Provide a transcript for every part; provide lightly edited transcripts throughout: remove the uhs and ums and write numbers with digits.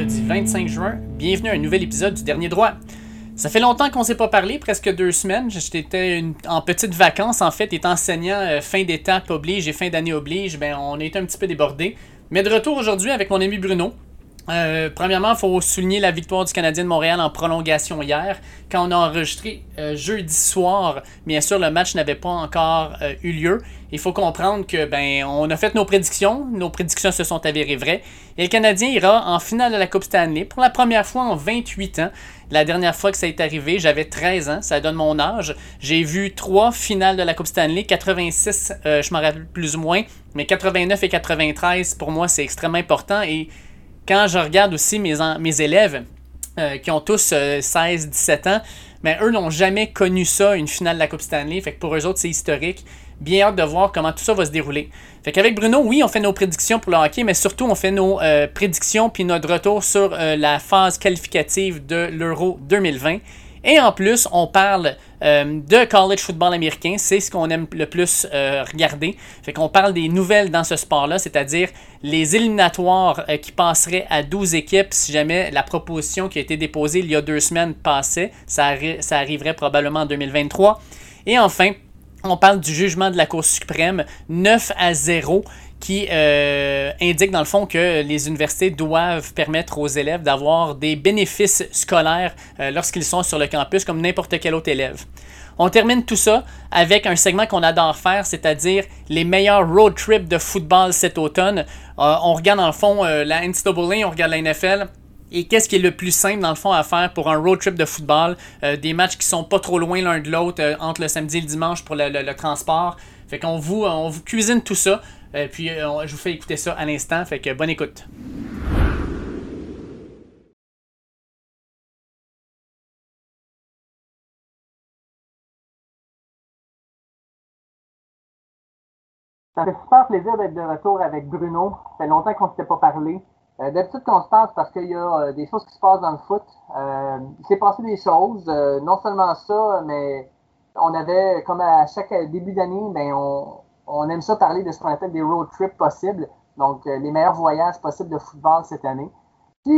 vendredi 25 juin. Bienvenue à un nouvel épisode du Dernier Droit. Ça fait longtemps qu'on ne s'est pas parlé, presque 2 semaines. J'étais en petites vacances, en fait, étant enseignant, fin d'étape oblige et fin d'année oblige, on a été un petit peu débordés. Mais de retour aujourd'hui avec mon ami Bruno. Premièrement, il faut souligner la victoire du Canadien de Montréal en prolongation hier. Quand on a enregistré jeudi soir, bien sûr, le match n'avait pas encore eu lieu. Il faut comprendre que on a fait nos prédictions se sont avérées vraies. Et le Canadien ira en finale de la Coupe Stanley pour la première fois en 28 ans. La dernière fois que ça est arrivé, j'avais 13 ans, ça donne mon âge. J'ai vu 3 finales de la Coupe Stanley, 86, je m'en rappelle plus ou moins, mais 89 et 93, pour moi, c'est extrêmement important. Et quand je regarde aussi mes élèves qui ont tous 16-17 ans, eux n'ont jamais connu ça, une finale de la Coupe Stanley. Fait que pour eux autres, c'est historique. Bien hâte de voir comment tout ça va se dérouler. Fait qu'avec Bruno, oui, on fait nos prédictions pour le hockey, mais surtout, on fait nos prédictions puis notre retour sur la phase qualificative de l'Euro 2020. Et en plus, on parle de college football américain. C'est ce qu'on aime le plus regarder. Fait qu'on parle des nouvelles dans ce sport-là, c'est-à-dire les éliminatoires qui passeraient à 12 équipes si jamais la proposition qui a été déposée il y a 2 semaines passait. Ça arriverait probablement en 2023. Et enfin, on parle du jugement de la Cour suprême 9-0 qui indique dans le fond que les universités doivent permettre aux élèves d'avoir des bénéfices scolaires lorsqu'ils sont sur le campus comme n'importe quel autre élève. On termine tout ça avec un segment qu'on adore faire, c'est-à-dire les meilleurs road trips de football cet automne. On regarde dans le fond la NCAA, on regarde la NFL. Et qu'est-ce qui est le plus simple dans le fond à faire pour un road trip de football? Des matchs qui sont pas trop loin l'un de l'autre entre le samedi et le dimanche pour le transport. Fait qu'on vous cuisine tout ça. Puis je vous fais écouter ça à l'instant. Fait que bonne écoute. Ça fait super plaisir d'être de retour avec Bruno. Ça fait longtemps qu'on ne s'était pas parlé. D'habitude, quand on se passe parce qu'il y a des choses qui se passent dans le foot. Il s'est passé des choses. Non seulement ça, mais on avait, comme à chaque début d'année, on aime ça parler de ce qu'on appelle des road trips possibles. Donc, les meilleurs voyages possibles de football cette année. Puis,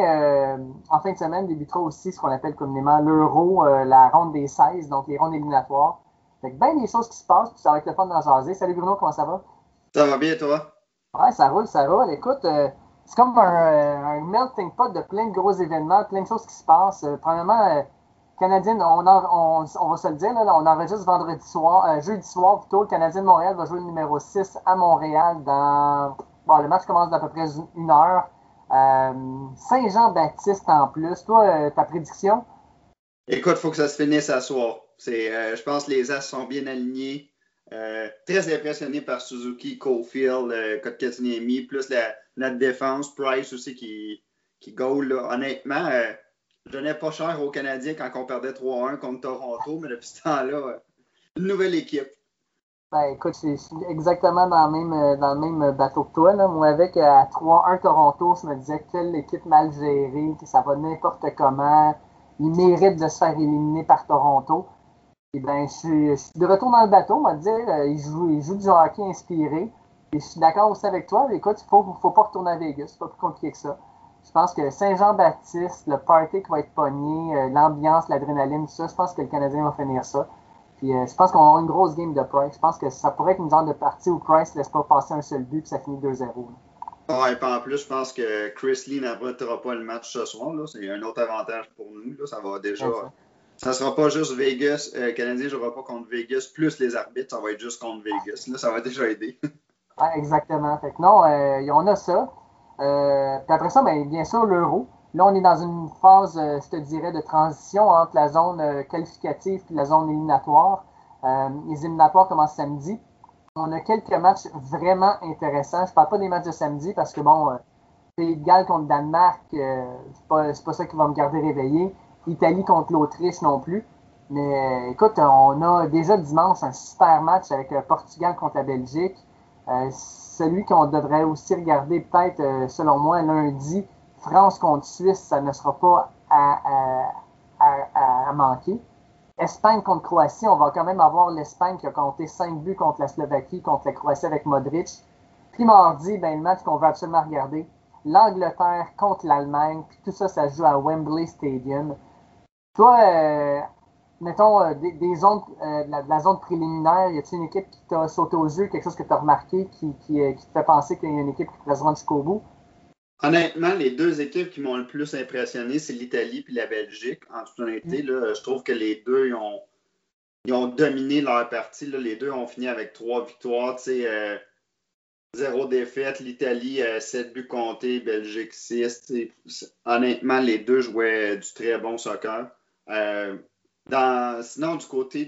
en fin de semaine, débutera aussi ce qu'on appelle communément l'Euro, la ronde des 16, donc les rondes éliminatoires. Fait que des choses qui se passent, puis ça va être le fun d'en jaser. Salut Bruno, comment ça va? Ça va bien, toi? Ouais, ça roule, ça roule. Écoute, c'est comme un melting pot de plein de gros événements, plein de choses qui se passent. Premièrement, Canadien, on va se le dire, là, on enregistre jeudi soir plutôt. Le Canadien de Montréal va jouer le numéro 6 à Montréal le match commence dans à peu près 1 heure. Saint-Jean-Baptiste en plus. Toi, ta prédiction? Écoute, il faut que ça se finisse à soir. Je pense que les As sont bien alignés. Très impressionné par Suzuki, Caulfield, Kotkaniemi, plus la défense, Price aussi qui goal. Là. Honnêtement, je donnais pas cher aux Canadiens quand on perdait 3-1 contre Toronto, mais depuis ce temps-là, une nouvelle équipe. Écoute, je suis exactement dans le même bateau que toi. Là. Moi, avec à 3-1 Toronto, je me disais quelle équipe mal gérée, que ça va n'importe comment. Ils méritent de se faire éliminer par Toronto. Et je suis de retour dans le bateau, on va dire. Il joue du hockey inspiré. Et je suis d'accord aussi avec toi. Écoute, faut pas retourner à Vegas. C'est pas plus compliqué que ça. Je pense que Saint-Jean-Baptiste, le party qui va être pogné, l'ambiance, l'adrénaline, tout ça, je pense que le Canadien va finir ça. Puis je pense qu'on va avoir une grosse game de Price. Je pense que ça pourrait être une genre de partie où Price ne laisse pas passer un seul but et ça finit 2-0. Ouais, et en plus, je pense que Chris Lee n'arrêtera pas le match ce soir. Là. C'est un autre avantage pour nous. Là. Ça va déjà. Ça ne sera pas juste Vegas. Canadien ne jouera pas contre Vegas plus les arbitres. Ça va être juste contre Vegas. Là, ça va déjà aider. Ouais, exactement. Fait que non, on a ça. Puis après ça, bien sûr, l'Euro. Là, on est dans une phase, je te dirais, de transition entre la zone qualificative et la zone éliminatoire. Les éliminatoires commencent samedi. On a quelques matchs vraiment intéressants. Je parle pas des matchs de samedi parce que, Pays de Galles contre Danemark, c'est pas ça qui va me garder réveillé. Italie contre l'Autriche non plus. Mais écoute, on a déjà dimanche un super match avec Portugal contre la Belgique. Celui qu'on devrait aussi regarder peut-être, selon moi, lundi, France contre Suisse, ça ne sera pas à manquer. Espagne contre Croatie, on va quand même avoir l'Espagne qui a compté 5 buts contre la Slovaquie, contre la Croatie avec Modric. Puis mardi, le match qu'on veut absolument regarder, l'Angleterre contre l'Allemagne, puis tout ça, ça se joue à Wembley Stadium. Toi, mettons, des zones, de la zone préliminaire, y a-t-il une équipe qui t'a sauté aux yeux, quelque chose que tu as remarqué qui te fait penser qu'il y a une équipe qui pourrait se rendre jusqu'au bout? Honnêtement, les deux équipes qui m'ont le plus impressionné, c'est l'Italie et la Belgique. En toute honnêteté, là, je trouve que les deux ils ont dominé leur partie. Là. Les deux ont fini avec 3 victoires. 0 défaite. L'Italie, 7 buts comptés. Belgique, 6. Honnêtement, les deux jouaient du très bon soccer. Sinon, du côté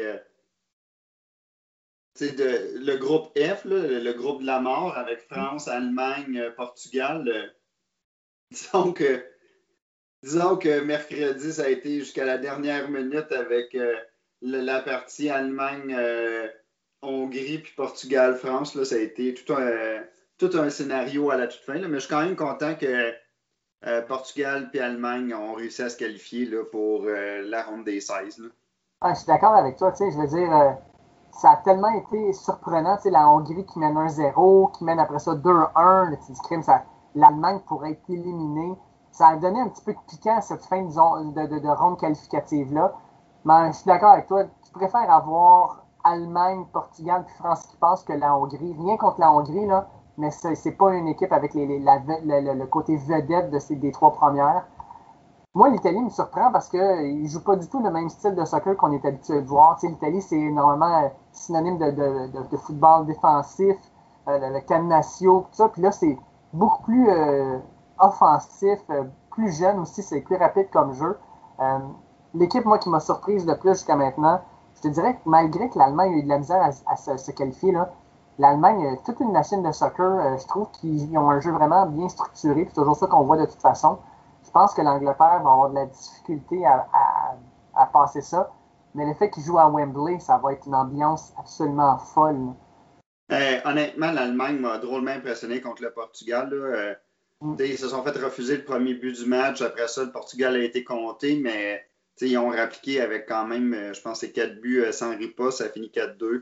le groupe F, là, le groupe de la mort avec France, Allemagne, Portugal, disons que, disons que mercredi, ça a été jusqu'à la dernière minute avec la partie Allemagne, Hongrie puis Portugal, France. Là, ça a été tout un scénario à la toute fin. Là, mais je suis quand même content que Portugal puis Allemagne ont réussi à se qualifier là, pour la ronde des 16. Là. Ah, je suis d'accord avec toi. Je veux dire, ça a tellement été surprenant. La Hongrie qui mène 1-0, qui mène après ça 2-1. Tu dis, crime, l'Allemagne pourrait être éliminée. Ça a donné un petit peu de piquant à cette fin de ronde qualificative-là. Mais je suis d'accord avec toi. Tu préfères avoir Allemagne, Portugal puis France qui passe que la Hongrie. Rien contre la Hongrie, là, mais c'est pas une équipe avec le côté vedette des trois premières. Moi, l'Italie me surprend parce qu'ils ne jouent pas du tout le même style de soccer qu'on est habitué de voir. L'Italie, c'est normalement synonyme de football défensif, le catenaccio, tout ça. Puis là, c'est beaucoup plus offensif, plus jeune aussi, c'est plus rapide comme jeu. L'équipe, moi, qui m'a surprise le plus jusqu'à maintenant, je te dirais que malgré que l'Allemagne a eu de la misère à se qualifier, là, l'Allemagne, toute une machine de soccer, je trouve qu'ils ont un jeu vraiment bien structuré. C'est toujours ça qu'on voit de toute façon. Je pense que l'Angleterre va avoir de la difficulté à passer ça. Mais le fait qu'ils jouent à Wembley, ça va être une ambiance absolument folle. Honnêtement, l'Allemagne m'a drôlement impressionné contre le Portugal. Là. Ils se sont fait refuser le premier but du match. Après ça, le Portugal a été compté, mais ils ont rappliqué avec quand même, je pense, c'est 4 buts sans riposte. Ça a fini 4-2.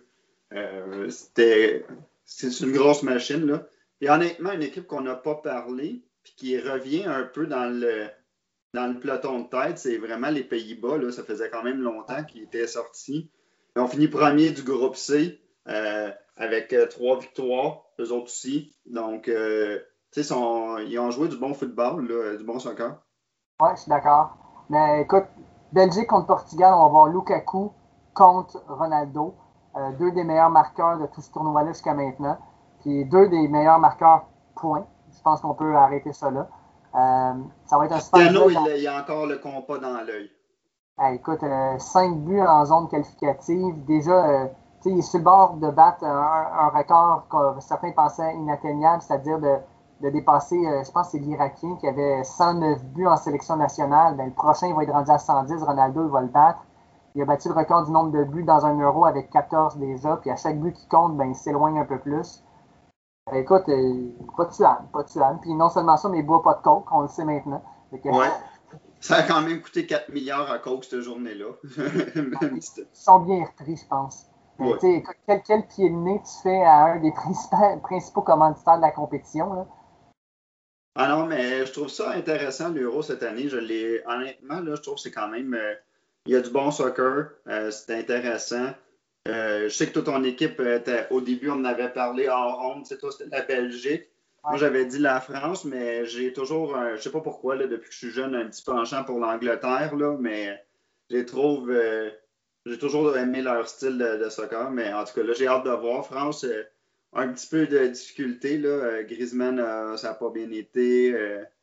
C'est une grosse machine. Là. Et honnêtement, une équipe qu'on n'a pas parlé, puis qui revient un peu dans le peloton de tête, c'est vraiment les Pays-Bas. Là. Ça faisait quand même longtemps qu'ils étaient sortis. Ils ont fini premier du groupe C avec 3 victoires, eux autres aussi. Donc, ils ont joué du bon football, là, du bon soccer. Oui, je suis d'accord. Mais écoute, Belgique contre Portugal, on va voir Lukaku contre Ronaldo. Deux des meilleurs marqueurs de tout ce tournoi-là jusqu'à maintenant. Puis deux des meilleurs marqueurs points. Je pense qu'on peut arrêter ça là. Ça va être un super Cristiano, il y a encore le compas dans l'œil. Écoute, 5 buts en zone qualificative. Déjà, il est sur le bord de battre un record que certains pensaient inatteignable, c'est-à-dire de dépasser, je pense que c'est l'Irakien qui avait 109 buts en sélection nationale. Ben, le prochain, il va être rendu à 110. Ronaldo, il va le battre. Il a battu le record du nombre de buts dans un Euro avec 14 déjà. Puis à chaque but qui compte, ben, il s'éloigne un peu plus. Écoute, pas de tuane. Puis non seulement ça, mais il boit pas de coke, on le sait maintenant. Ouais. Ça a quand même coûté 4 milliards à coke cette journée-là. Ils sont bien repris, je pense. Ouais. Quel pied de nez tu fais à un des principaux commanditaires de la compétition? Là? Ah non, mais je trouve ça intéressant, l'Euro cette année. Honnêtement, là, je trouve que c'est quand même... il y a du bon soccer, c'est intéressant. Je sais que toute ton équipe, au début, on en avait parlé hors ronde, toi, c'était la Belgique. Ouais. Moi, j'avais dit la France, mais j'ai toujours, je sais pas pourquoi, là, depuis que je suis jeune, un petit penchant pour l'Angleterre, là, mais j'ai toujours aimé leur style de soccer. Mais en tout cas, là, j'ai hâte de voir. France, un petit peu de difficulté, là. Griezmann, ça n'a pas bien été.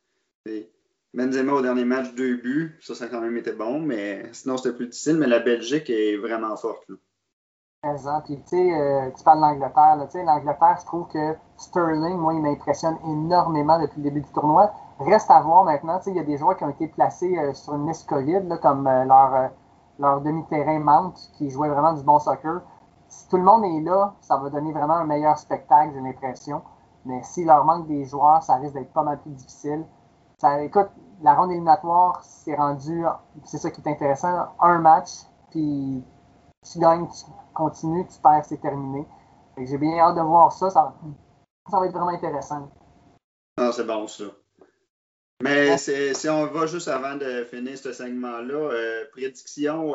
Benzema au dernier match, 2 buts. Ça a quand même été bon, mais sinon, c'était plus difficile. Mais la Belgique est vraiment forte, là. Puis, tu parles de l'Angleterre. L'Angleterre, je trouve que Sterling, moi, il m'impressionne énormément depuis le début du tournoi. Reste à voir maintenant. Il y a des joueurs qui ont été placés sur une liste COVID, là, comme leur demi-terrain Mount, qui jouait vraiment du bon soccer. Si tout le monde est là, ça va donner vraiment un meilleur spectacle, j'ai l'impression. Mais s'il leur manque des joueurs, ça risque d'être pas mal plus difficile. Écoute, la ronde éliminatoire, c'est rendu, c'est ça qui est intéressant, un match, puis tu gagnes, tu continues, tu perds, c'est terminé. J'ai bien hâte de voir ça. Ça va être vraiment intéressant. Non, c'est bon, ça. Mais si on va juste avant de finir ce segment-là, prédiction,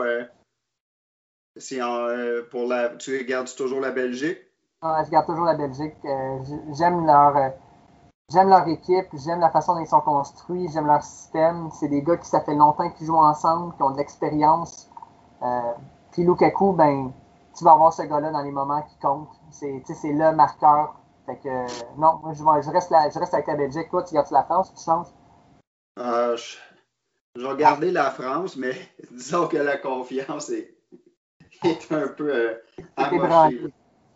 tu regardes toujours la Belgique? Ouais, je garde toujours la Belgique. J'aime leur équipe, j'aime la façon dont ils sont construits, j'aime leur système. C'est des gars qui, ça fait longtemps qu'ils jouent ensemble, qui ont de l'expérience. Puis Lukaku, ben, tu vas avoir ce gars-là dans les moments qui comptent. C'est le marqueur. Fait que, non, moi, je reste avec la Belgique. Toi, tu gardes la France, tu changes? Je vais garder la France, mais disons que la confiance est un peu amochée.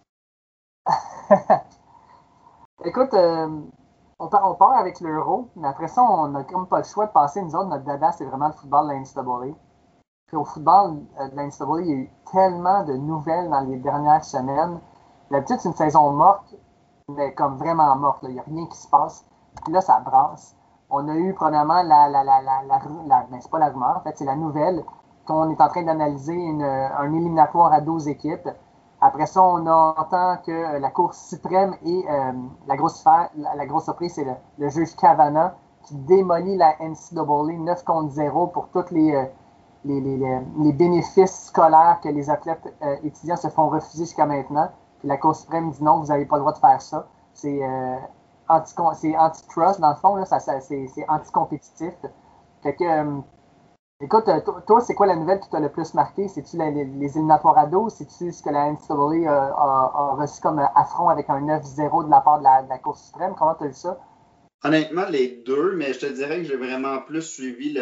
Écoute, on part avec l'Euro, mais après ça, on n'a comme pas le choix de passer. Nous autres, notre dada, c'est vraiment le football de la NCAA. Puis au football de la NCAA, il y a eu tellement de nouvelles dans les dernières semaines. D'habitude, c'est une saison morte, mais comme vraiment morte. Il n'y a rien qui se passe. Puis là, ça brasse. On a eu, premièrement, c'est pas la rumeur, en fait, c'est la nouvelle qu'on est en train d'analyser un éliminatoire à 12 équipes. Après ça, on entend que la Cour suprême et la grosse surprise, c'est le juge Kavanaugh qui démolit la NCAA 9 contre 0 pour tous les bénéfices scolaires que les athlètes étudiants se font refuser jusqu'à maintenant. Puis la Cour suprême dit non, vous n'avez pas le droit de faire ça. C'est antitrust, dans le fond, là, c'est anticompétitif. Fait que, écoute, toi, c'est quoi la nouvelle qui t'a le plus marqué? C'est-tu les éliminatoires à 12? C'est-tu ce que la NCAA a reçu comme affront avec un 9-0 de la part de la Cour suprême? Comment tu as vu ça? Honnêtement, les deux, mais je te dirais que j'ai vraiment plus suivi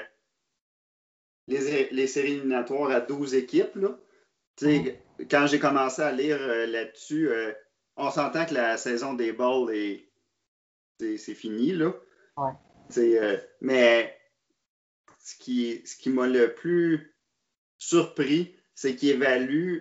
les séries éliminatoires à 12 équipes. Là. Quand j'ai commencé à lire là-dessus, on s'entend que la saison des bowls c'est fini. Là. Ouais. Mais ce qui m'a le plus surpris, c'est qu'il évalue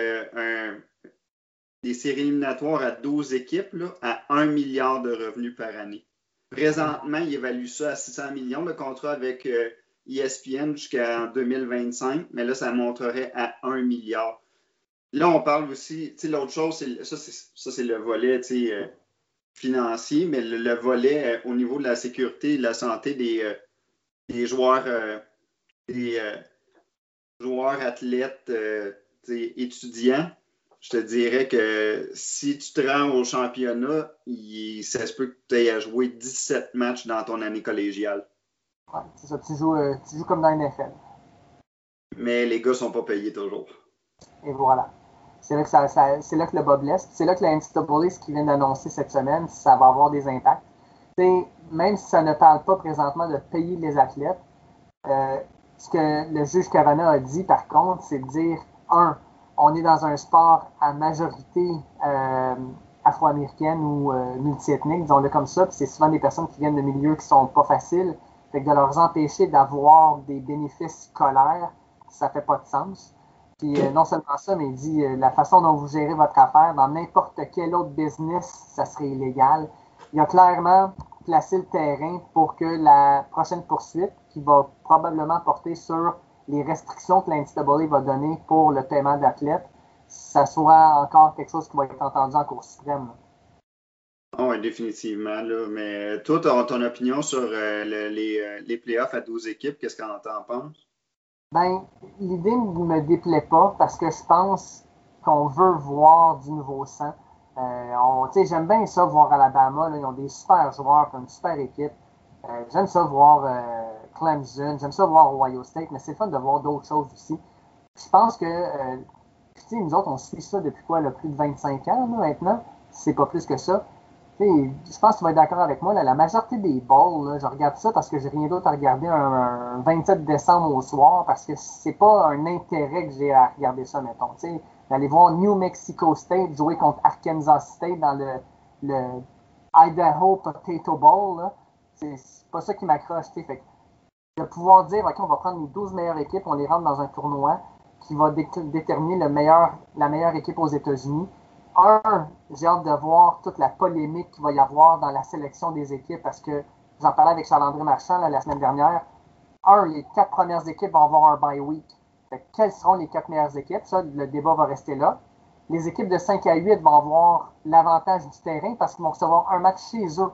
les séries éliminatoires à 12 équipes là, à 1 milliard de revenus par année. Présentement, il évalue ça à 600 millions, le contrat avec ESPN jusqu'en 2025, mais là, ça monterait à 1 milliard. Là, on parle aussi, l'autre chose, c'est le volet financier, mais le volet au niveau de la sécurité et de la santé des joueurs, joueurs athlètes, étudiants. Je te dirais que si tu te rends au championnat, ça se peut que tu aies à jouer 17 matchs dans ton année collégiale. Ouais, c'est ça, tu joues comme dans la NFL. Mais les gars sont pas payés toujours. Et voilà. C'est là que le bas blesse. C'est là que la NCAA, ce qu'ils viennent d'annoncer cette semaine, ça va avoir des impacts. Même si ça ne parle pas présentement de payer les athlètes, ce que le juge Kavanaugh a dit, par contre, c'est de dire, on est dans un sport à majorité afro-américaine ou multiethnique, disons-le comme ça, puis c'est souvent des personnes qui viennent de milieux qui sont pas faciles. Fait que de leur empêcher d'avoir des bénéfices scolaires, ça fait pas de sens. Puis non seulement ça, mais il dit la façon dont vous gérez votre affaire dans n'importe quel autre business, ça serait illégal. Il a clairement placé le terrain pour que la prochaine poursuite, qui va probablement porter sur les restrictions que la NCAA va donner pour le paiement d'athlètes, ça soit encore quelque chose qui va être entendu en Cour suprême. Oh, oui, définitivement. Là. Mais toi, ton opinion sur les playoffs à 12 équipes, qu'est-ce que t'en penses? Ben, l'idée ne me déplaît pas parce que je pense qu'on veut voir du nouveau sang. J'aime bien ça voir Alabama. Là, ils ont des super joueurs, une super équipe. J'aime ça voir Clemson, j'aime ça voir Ohio State, mais c'est fun de voir d'autres choses aussi. Je pense que nous autres, on suit ça depuis quoi, là, plus de 25 ans là, maintenant. C'est pas plus que ça. Je pense que tu vas être d'accord avec moi. Là, la majorité des bowls, là, je regarde ça parce que j'ai rien d'autre à regarder un 27 décembre au soir parce que c'est pas un intérêt que j'ai à regarder ça, mettons. D'aller voir New Mexico State jouer contre Arkansas State dans le Idaho Potato Bowl, là, c'est pas ça qui m'accroche. Fait que de pouvoir dire, OK, on va prendre les 12 meilleures équipes, on les rentre dans un tournoi qui va déterminer la meilleure équipe aux États-Unis. J'ai hâte de voir toute la polémique qu'il va y avoir dans la sélection des équipes parce que j'en parlais avec Charles-André Marchand la semaine dernière. Les 4 premières équipes vont avoir un bye week. Quelles seront les 4 meilleures équipes? Ça, le débat va rester là. Les équipes de 5 à 8 vont avoir l'avantage du terrain parce qu'ils vont recevoir un match chez eux.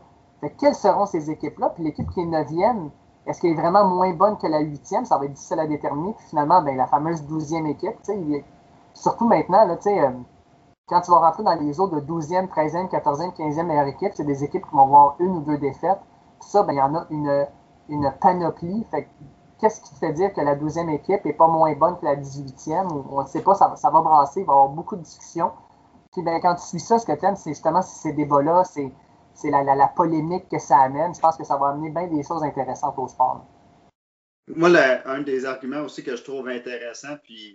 Fait que quelles seront ces équipes-là? Puis l'équipe qui est 9e, est-ce qu'elle est vraiment moins bonne que la 8e? Ça va être difficile à déterminer. Puis finalement, ben, la fameuse 12e équipe, surtout maintenant, là, quand tu vas rentrer dans les autres de 12e, 13e, 14e, 15e meilleure équipe, c'est des équipes qui vont avoir 1 ou 2 défaites. Puis ça, ben, il y en a une panoplie. Fait que, qu'est-ce qui te fait dire que la 12e équipe n'est pas moins bonne que la 18e? On ne sait pas, ça va brasser, il va y avoir beaucoup de discussions. Puis ben, quand tu suis ça, ce que tu aimes, c'est justement ces débats-là, c'est la polémique que ça amène. Je pense que ça va amener bien des choses intéressantes au sport. Moi, un des arguments aussi que je trouve intéressant, puis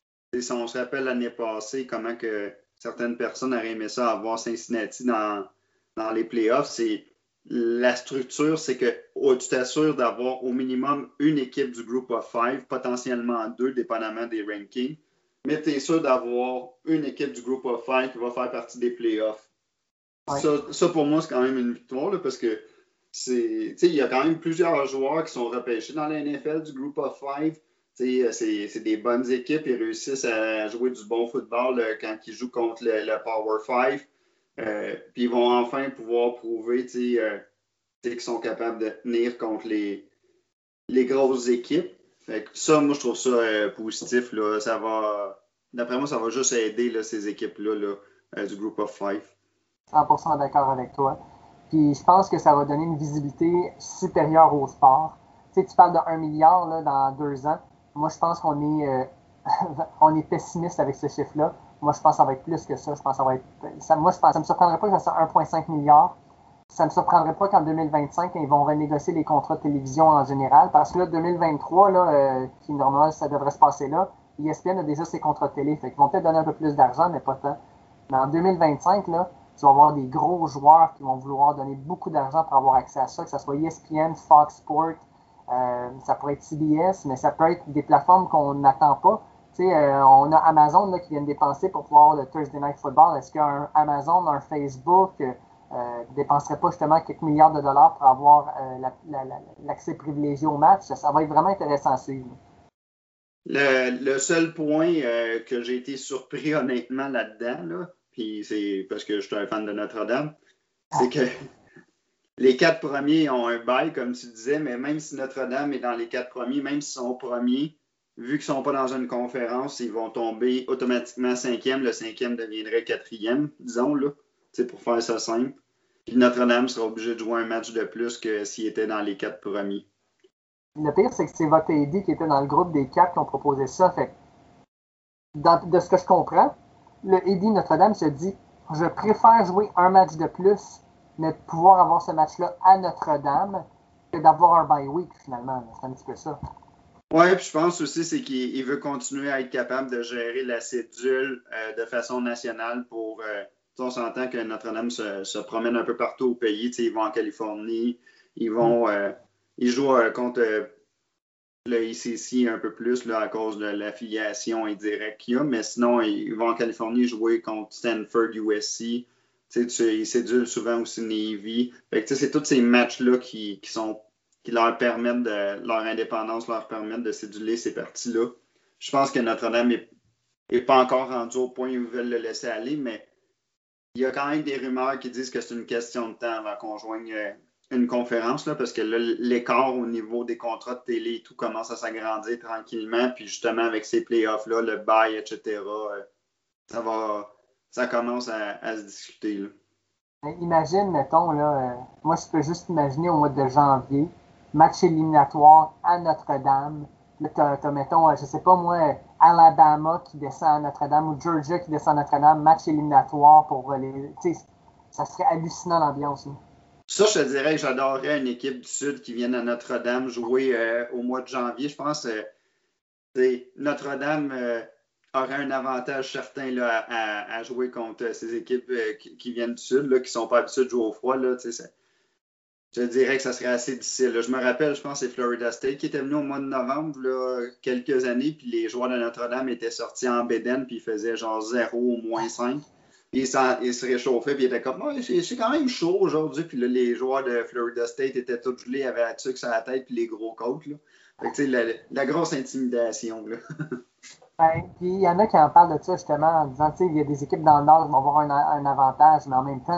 si on se rappelle l'année passée, comment que certaines personnes auraient aimé ça avoir Cincinnati dans les playoffs, c'est la structure, c'est que tu t'assures d'avoir au minimum une équipe du Group of Five, potentiellement 2, dépendamment des rankings, mais tu es sûr d'avoir une équipe du Group of Five qui va faire partie des playoffs. Ouais. Ça, pour moi, c'est quand même une victoire, là, parce que il y a quand même plusieurs joueurs qui sont repêchés dans la NFL du Group of Five. C'est des bonnes équipes. Ils réussissent à jouer du bon football quand ils jouent contre le Power 5. Puis ils vont enfin pouvoir prouver qu'ils sont capables de tenir contre les grosses équipes. Fait que ça, moi, je trouve ça positif. Là. D'après moi, ça va juste aider là, ces équipes-là du Group of 5. 100% d'accord avec toi. Puis je pense que ça va donner une visibilité supérieure au sport. Tu parles de 1 milliard là, dans 2 ans. Moi, je pense qu'on est, on est pessimiste avec ce chiffre-là. Moi, je pense que ça va être plus que ça. Je pense que ça va être. Ça me surprendrait pas que ça soit 1,5 milliard. Ça me surprendrait pas qu'en 2025, ils vont renégocier les contrats de télévision en général. Parce que là, 2023, là, qui normalement, ça devrait se passer là, ESPN a déjà ses contrats de télé. Fait qu'ils vont peut-être donner un peu plus d'argent, mais pas tant. Mais en 2025, là, tu vas avoir des gros joueurs qui vont vouloir donner beaucoup d'argent pour avoir accès à ça, que ce soit ESPN, Fox Sports, ça pourrait être CBS, mais ça peut être des plateformes qu'on n'attend pas. On a Amazon là, qui vient de dépenser pour pouvoir avoir le Thursday Night Football. Est-ce qu'un Amazon, un Facebook ne dépenserait pas justement quelques milliards de dollars pour avoir l'accès privilégié au match? Ça va être vraiment intéressant à suivre. Le seul point que j'ai été surpris honnêtement là-dedans, là, puis c'est parce que je suis un fan de Notre-Dame, c'est que les 4 premiers ont un bail, comme tu disais, mais même si Notre-Dame est dans les 4 premiers, même s'ils sont premiers, vu qu'ils ne sont pas dans une conférence, ils vont tomber automatiquement 5e. Le 5e deviendrait 4e, disons, là, pour faire ça simple. Puis Notre-Dame sera obligé de jouer un match de plus que s'il était dans les 4 premiers. Le pire, c'est que c'est votre AD qui était dans le groupe des 4 qui ont proposé ça. Fait de ce que je comprends, le AD Notre-Dame se dit « Je préfère jouer un match de plus, mais pouvoir avoir ce match-là à Notre-Dame que d'avoir un bye week, finalement. » C'est un petit peu ça. Oui, puis je pense aussi c'est qu'il veut continuer à être capable de gérer la cédule de façon nationale pour... on s'entend que Notre-Dame se promène un peu partout au pays. Ils vont en Californie, ils jouent contre... le ICC un peu plus là, à cause de l'affiliation indirecte qu'il y a, mais sinon, ils vont en Californie jouer contre Stanford, USC. Ils cédulent souvent aussi Navy. Fait que, c'est tous ces matchs-là qui leur permettent leur indépendance, leur permettent de céduler ces parties-là. Je pense que Notre-Dame n'est pas encore rendu au point où ils veulent le laisser aller, mais il y a quand même des rumeurs qui disent que c'est une question de temps avant qu'on joigne une conférence, là, parce que là, l'écart au niveau des contrats de télé et tout commence à s'agrandir tranquillement. Puis justement, avec ces playoffs-là, le bail, etc., ça commence à se discuter. Là. Imagine, mettons, là, moi, je peux juste imaginer au mois de janvier, match éliminatoire à Notre-Dame. Là, t'as, mettons, je sais pas moi, Alabama qui descend à Notre-Dame ou Georgia qui descend à Notre-Dame, match éliminatoire pour les... Ça serait hallucinant l'ambiance. Là. Ça, je te dirais que j'adorerais une équipe du Sud qui vienne à Notre-Dame jouer au mois de janvier. Je pense que Notre-Dame aurait un avantage certain là, à jouer contre ces équipes qui viennent du Sud, là, qui ne sont pas habituées de jouer au froid. Là, je dirais que ça serait assez difficile. Là. Je me rappelle, je pense que c'est Florida State qui était venu au mois de novembre, là, quelques années, puis les joueurs de Notre-Dame étaient sortis en bédaine, puis ils faisaient genre 0 ou moins 5. Puis il se réchauffait, puis il était comme c'est quand même chaud aujourd'hui. Puis là, les joueurs de Florida State étaient tous gelés, avaient la tuque sur la tête, puis les gros côtes. Là. Fait que, la grosse intimidation. Là. Ben, puis il y en a qui en parlent de ça justement en disant il y a des équipes dans le Nord qui vont avoir un avantage, mais en même temps,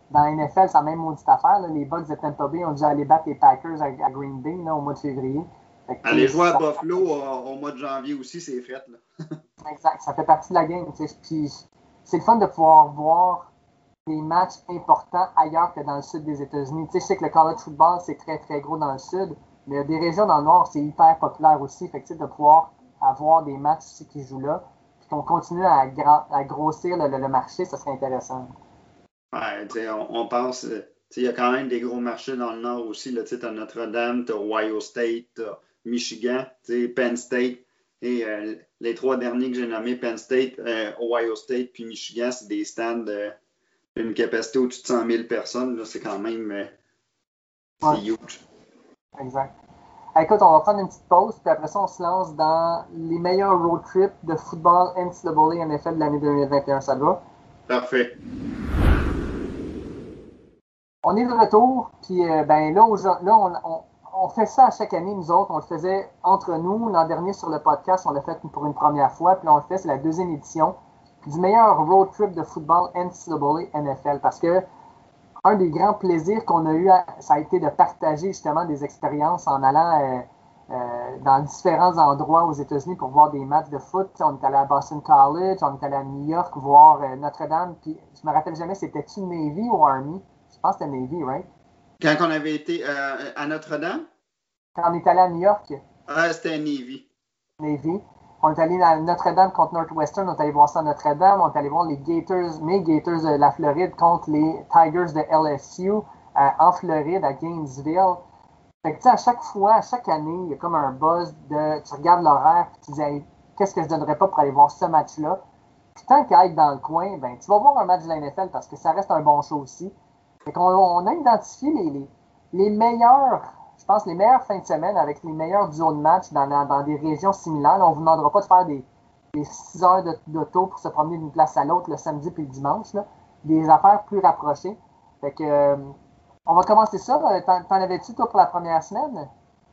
dans la NFL, c'est la même maudite affaire. Là. Les Bucks de Tampa Bay ont dû aller battre les Packers à Green Bay là, au mois de février. Aller jouer à Buffalo au mois de janvier aussi, c'est fret. Là. Exact, ça fait partie de la game. Puis c'est le fun de pouvoir voir des matchs importants ailleurs que dans le sud des États-Unis. Je sais que le college football, c'est très, très gros dans le sud, mais il y a des régions dans le nord, c'est hyper populaire aussi. Fait que, de pouvoir avoir des matchs aussi qui jouent là, puis qu'on continue à grossir le marché, ça serait intéressant. Ouais, on pense, il y a quand même des gros marchés dans le nord aussi. Tu as Notre-Dame, tu as Ohio State, tu as Michigan, Penn State. Et les 3 derniers que j'ai nommés, Penn State, Ohio State puis Michigan, c'est des stands d'une capacité au-dessus de 100 000 personnes. Là, c'est quand même c'est huge. Exact. Écoute, on va prendre une petite pause, puis après ça, on se lance dans les meilleurs road trips de football NCAA NFL de l'année 2021. Ça te va? Parfait. On est de retour, puis on fait ça à chaque année, nous autres. On le faisait entre nous. L'an dernier, sur le podcast, on l'a fait pour une première fois, puis là, on le fait, c'est la 2e édition du meilleur road trip de football NCAA NFL, parce que un des grands plaisirs qu'on a eu, ça a été de partager justement des expériences en allant dans différents endroits aux États-Unis pour voir des matchs de foot. On est allé à Boston College, on est allé à New York voir Notre-Dame, puis je me rappelle jamais, c'était-tu Navy ou Army? Je pense que c'était Navy, right? Quand on avait été à Notre-Dame? Quand on est allé à New York? C'était Navy. Navy. On est allé à Notre-Dame contre Northwestern, on est allé voir ça à Notre-Dame, on est allé voir les Gators de la Floride contre les Tigers de LSU en Floride, à Gainesville. Fait que, à chaque fois, à chaque année, il y a comme un buzz de. Tu regardes l'horaire et tu dis hey, qu'est-ce que je donnerais pas pour aller voir ce match-là? Puis tant qu'à être dans le coin, ben, tu vas voir un match de la NFL parce que ça reste un bon show aussi. Fait qu'on a identifié les meilleurs. Je pense les meilleures fins de semaine avec les meilleurs duos de match dans des régions similaires. Là, on ne vous demandera pas de faire des 6 heures d'auto pour se promener d'une place à l'autre le samedi puis le dimanche. Là. Des affaires plus rapprochées. Fait que, on va commencer ça. T'en avais-tu, toi, pour la première semaine?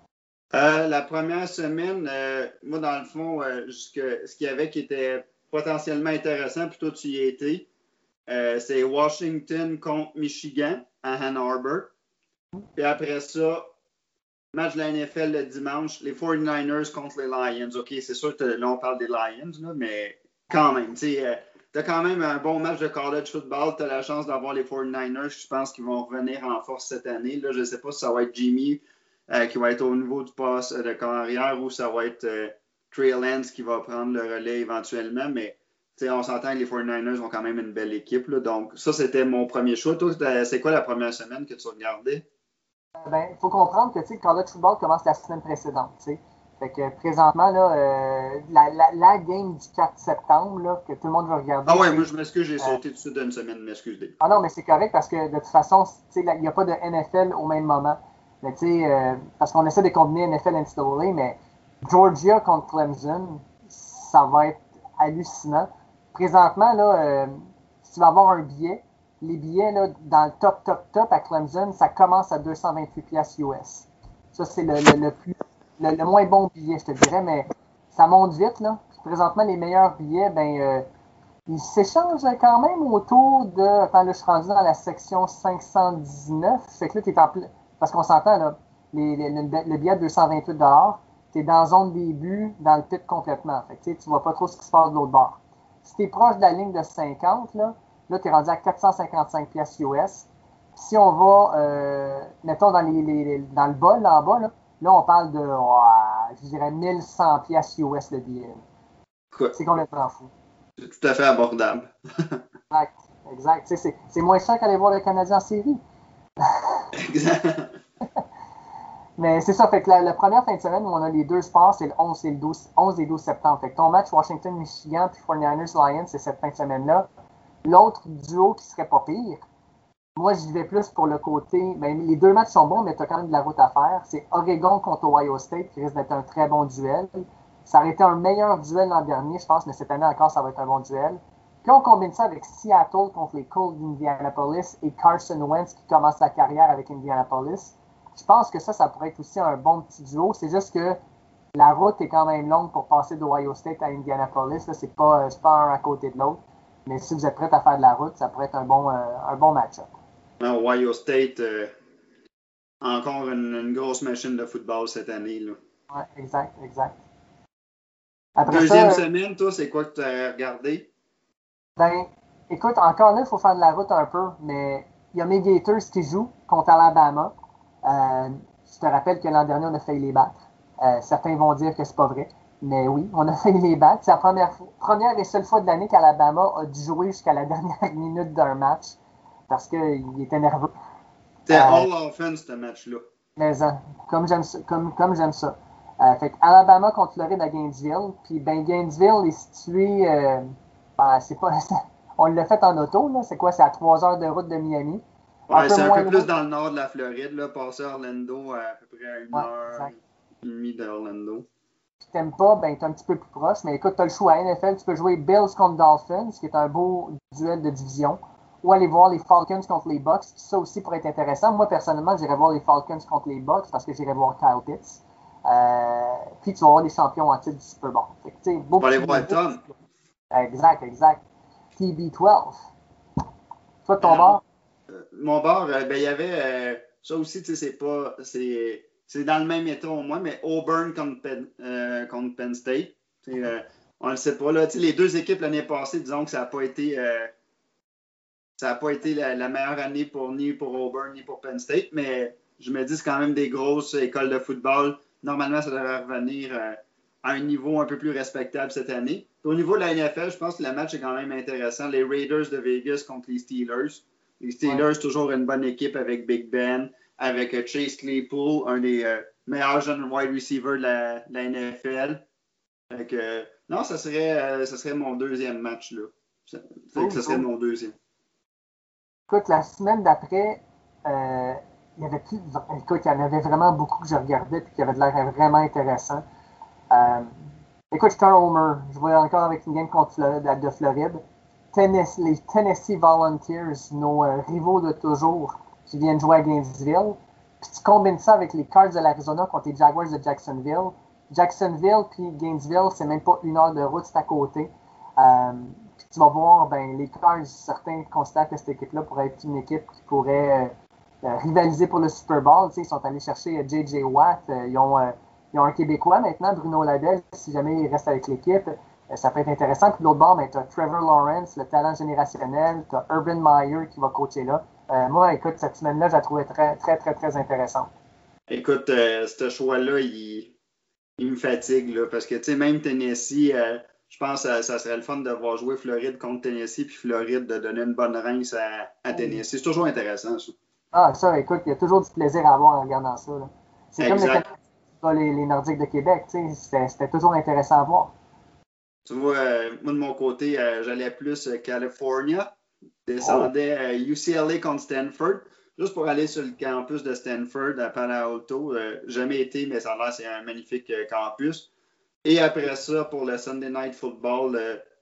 La première semaine, moi, dans le fond, ce qu'il y avait qui était potentiellement intéressant, puis toi, tu y étais, c'est Washington contre Michigan à Ann Arbor. Puis après ça, match de la NFL le dimanche, les 49ers contre les Lions. OK, c'est sûr que là, on parle des Lions, là, mais quand même, tu as quand même un bon match de college football. Tu as la chance d'avoir les 49ers. Je pense qu'ils vont revenir en force cette année. Là, je ne sais pas si ça va être Jimmy qui va être au niveau du pass de carrière ou ça va être Trey Lance qui va prendre le relais éventuellement, mais on s'entend que les 49ers ont quand même une belle équipe. Là, donc, ça, c'était mon premier choix. Toi, c'est quoi la première semaine que tu regardais? Il faut comprendre que le college football commence la semaine précédente. T'sais. Fait que présentement, là, la game du 4 septembre là, que tout le monde va regarder. Ah ouais, moi je m'excuse, j'ai sauté tout de suite d'une semaine, m'excusez. Ah non, mais c'est correct parce que de toute façon, il n'y a pas de NFL au même moment. Mais parce qu'on essaie de combiner NFL et NCAA, mais Georgia contre Clemson, ça va être hallucinant. Présentement, là, si tu vas avoir un billet, les billets là, dans le top à Clemson, ça commence à 228$ US. Ça, c'est le moins bon billet, je te dirais, mais ça monte vite. Là. Puis présentement, les meilleurs billets, ils s'échangent quand même autour de. Attends, là, je suis rendu dans la section 519. Fait que là, tu es en plein. Parce qu'on s'entend, là, le billet de 228$, tu es dans la zone des buts, dans le pit complètement. Fait que tu vois pas trop ce qui se passe de l'autre bord. Si tu es proche de la ligne de 50, là tu es rendu à 455$ US. Si on va, mettons, dans le bas, là en bas, là on parle de, je dirais, 1100$ US le billet. Quoi? C'est complètement fou. C'est tout à fait abordable. Exact. C'est moins cher qu'aller voir le Canadien en série. Exact. Mais c'est ça, fait que la première fin de semaine où on a les deux sports, c'est le 11 et 12 septembre. Fait que ton match Washington-Michigan puis 49ers-Lions, c'est cette fin de semaine-là. L'autre duo qui serait pas pire, moi j'y vais plus pour le côté, les deux matchs sont bons, mais tu as quand même de la route à faire. C'est Oregon contre Ohio State qui risque d'être un très bon duel. Ça aurait été un meilleur duel l'an dernier, je pense, mais cette année encore, ça va être un bon duel. Puis on combine ça avec Seattle contre les Colts d'Indianapolis et Carson Wentz qui commence sa carrière avec Indianapolis. Je pense que ça pourrait être aussi un bon petit duo. C'est juste que la route est quand même longue pour passer d'Ohio State à Indianapolis. Là, c'est pas un à côté de l'autre. Mais si vous êtes prêts à faire de la route, ça pourrait être un bon match-up. Ohio State, encore une grosse machine de football cette année. Là. Ouais, exact. Après Deuxième ça, semaine, toi, c'est quoi que tu as regardé? ben, écoute, encore là, il faut faire de la route un peu, mais il y a mes Gators qui jouent contre Alabama. Je te rappelle que l'an dernier, on a failli les battre. Certains vont dire que c'est pas vrai, mais oui, on a failli les battre. C'est la première et seule fois de l'année qu'Alabama a dû jouer jusqu'à la dernière minute d'un match parce qu'il était nerveux. C'était all offense, ce match-là. Mais comme j'aime ça. J'aime ça. Fait que Alabama contre Floride à Gainesville. Puis ben Gainesville est situé. C'est pas. On l'a fait en auto, là. C'est quoi? C'est à 3 heures de route de Miami. Ouais, c'est un peu plus dans le nord de la Floride, là, passer à Orlando à peu près à 1 heure et demie d'Orlando. Si t'aimes pas, ben t'es un petit peu plus proche. Mais écoute, t'as le choix. NFL, tu peux jouer Bills contre Dolphins, qui est un beau duel de division. Ou aller voir les Falcons contre les Bucks. Ça aussi pourrait être intéressant. Moi, personnellement, j'irais voir les Falcons contre les Bucks parce que j'irais voir Kyle Pitts. Puis tu vas voir les champions en titre du Super Bowl. On va aller voir Tom. Exact. TB12. Toi, ton bord? Mon bord, il y avait ça aussi, tu sais, c'est dans le même état au moins, mais Auburn contre Penn State. On le sait pas là. Les deux équipes l'année passée, disons que ça n'a pas été la meilleure année ni pour Auburn ni pour Penn State, mais je me dis c'est quand même des grosses écoles de football. Normalement, ça devrait revenir à un niveau un peu plus respectable cette année. Puis au niveau de la NFL, je pense que le match est quand même intéressant. Les Raiders de Vegas contre les Steelers. Les Steelers, toujours une bonne équipe avec Big Ben, avec Chase Claypool, un des meilleurs jeunes wide receivers de la NFL. Non, ça serait mon deuxième match, là. Ça serait mon deuxième. Écoute, la semaine d'après, il y avait plus. Écoute, il y en avait vraiment beaucoup que je regardais et qui avaient de l'air vraiment intéressant. Écoute, je suis un homer. Je vois encore avec une game contre de Floride. Les Tennessee Volunteers, nos rivaux de toujours, qui viennent jouer à Gainesville. Puis tu combines ça avec les Cards de l'Arizona contre les Jaguars de Jacksonville. Jacksonville puis Gainesville, c'est même pas 1 heure de route, c'est à côté. Puis tu vas voir, ben, les Cards, certains considèrent que cette équipe-là pourrait être une équipe qui pourrait rivaliser pour le Super Bowl. Tu sais, ils sont allés chercher J.J. Watt. Ils ont un Québécois maintenant, Bruno Labelle, si jamais il reste avec l'équipe. Ça peut être intéressant. Puis de l'autre bord, ben, tu as Trevor Lawrence, le talent générationnel. Tu as Urban Meyer qui va coacher là. Moi, écoute, cette semaine-là, je la trouvais très, très, très, très intéressante. Écoute, ce choix-là, il me fatigue, là, parce que, tu sais, même Tennessee, je pense que ça serait le fun de voir jouer Floride contre Tennessee, puis Floride de donner une bonne rince à Tennessee. C'est toujours intéressant, ça. Ah, ça, écoute, il y a toujours du plaisir à avoir en regardant ça. Là. C'est exact. Comme les Nordiques de Québec, tu sais, c'était toujours intéressant à voir. Tu vois, moi, de mon côté, j'allais plus California, descendais UCLA contre Stanford, juste pour aller sur le campus de Stanford à Palo Alto. Jamais été, mais ça a l'air c'est un magnifique campus. Et après ça, pour le Sunday Night Football,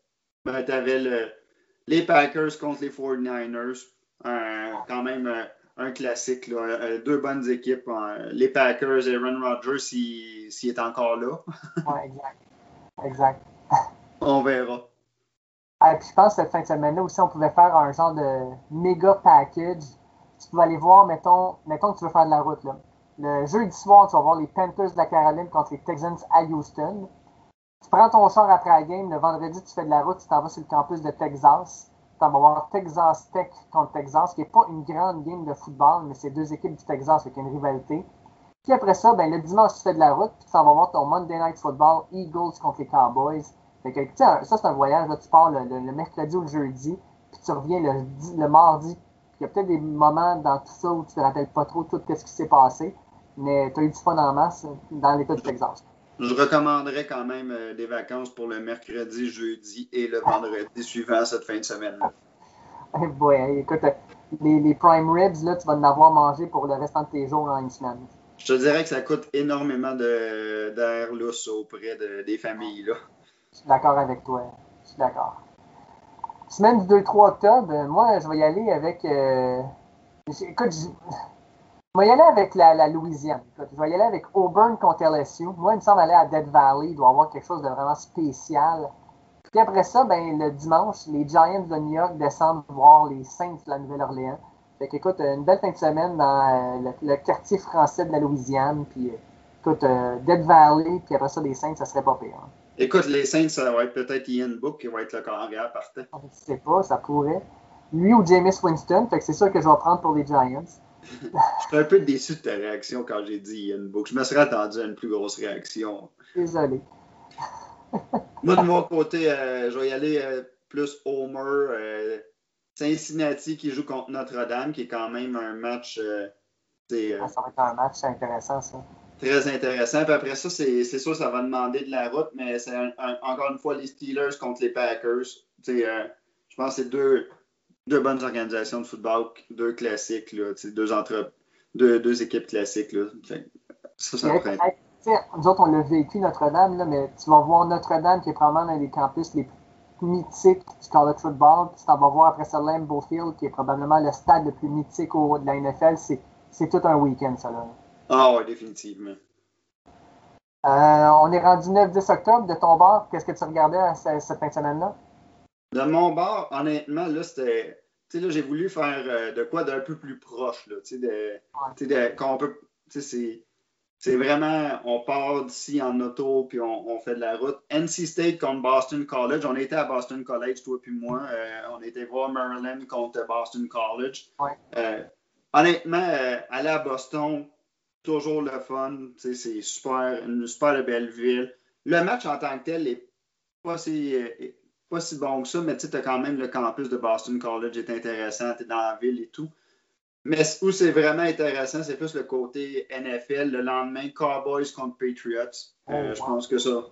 tu avais les Packers contre les 49ers. Quand même un classique. Là. Deux bonnes équipes. Les Packers et Aaron Rodgers, s'il est encore là. Oui, exact. On verra. Puis je pense que cette fin de semaine-là aussi, on pouvait faire un genre de méga package. Tu pouvais aller voir, mettons que tu veux faire de la route. Là. Le jeudi soir, tu vas voir les Panthers de la Caroline contre les Texans à Houston. Tu prends ton char après la game. Le vendredi, tu fais de la route. Tu t'en vas sur le campus de Texas. Tu vas voir Texas Tech contre Texas, qui n'est pas une grande game de football, mais c'est deux équipes du Texas avec une rivalité. Puis après ça, ben, le dimanche, tu fais de la route. Puis tu vas voir ton Monday Night Football, Eagles contre les Cowboys. Fait que, ça, c'est un voyage. Là, tu pars le mercredi ou le jeudi, puis tu reviens le mardi. Puis il y a peut-être des moments dans tout ça où tu te rappelles pas trop tout ce qui s'est passé, mais tu as eu du fun en masse dans l'État du Texas. Je recommanderais quand même des vacances pour le mercredi, jeudi et le vendredi suivant cette fin de semaine-là. Ouais, écoute, les prime ribs, là, tu vas en avoir mangé pour le restant de tes jours en une semaine. Je te dirais que ça coûte énormément d'air lousse auprès des familles, là. Je suis d'accord avec toi. Je suis d'accord. Semaine du 2-3 octobre, moi, je vais y aller avec... Écoute, je vais y aller avec la Louisiane. Écoute, je vais y aller avec Auburn contre LSU. Moi, il me semble aller à Death Valley. Il doit y avoir quelque chose de vraiment spécial. Puis après ça, ben, le dimanche, les Giants de New York descendent voir les Saints de la Nouvelle-Orléans. Fait qu'écoute, une belle fin de semaine dans le quartier français de la Louisiane. Puis écoute, Dead Valley, puis après ça, les Saints, ça serait pas pire. Hein. Écoute, les Saints, ça va être peut-être Ian Book qui va être le carrière partant. Je sais pas, ça pourrait. Lui ou Jameis Winston, fait que c'est sûr que je vais prendre pour les Giants. Je suis un peu déçu de ta réaction quand j'ai dit Ian Book. Je me serais attendu à une plus grosse réaction. Désolé. Moi, de mon côté, je vais y aller plus Homer. Cincinnati qui joue contre Notre-Dame, qui est quand même un match Ça va être un match intéressant, ça. très intéressant. Puis après ça, c'est sûr ça va demander de la route, mais c'est encore une fois les Steelers contre les Packers. Je pense que c'est deux bonnes organisations de football, deux classiques, là, deux équipes classiques. Là. Ça pourrait être. Nous autres, on l'a vécu, Notre-Dame, là, mais tu vas voir Notre-Dame qui est probablement l'un des campus les plus mythiques du college football. Puis tu vas voir après ça Lambeau Field, qui est probablement le stade le plus mythique de la NFL. C'est tout un week-end, ça. Là. Ah oui, définitivement. On est rendu 9-10 octobre. De ton bord, qu'est-ce que tu regardais cette fin de semaine-là? De mon bord, honnêtement, là, c'était. Tu sais, là, j'ai voulu faire de quoi d'un peu plus proche, là. Tu sais, qu'on peut. Tu sais, c'est vraiment. On part d'ici en auto, puis on fait de la route. NC State contre Boston College. On était à Boston College, toi puis moi. On était voir Maryland contre Boston College. Ouais. Honnêtement, aller à Boston, toujours le fun. Tu sais, c'est une super belle ville. Le match en tant que tel n'est pas si bon que ça, mais tu sais, as quand même le campus de Boston College est intéressant, tu es dans la ville et tout. Mais où c'est vraiment intéressant, c'est plus le côté NFL, le lendemain, Cowboys contre Patriots. Je pense que ça,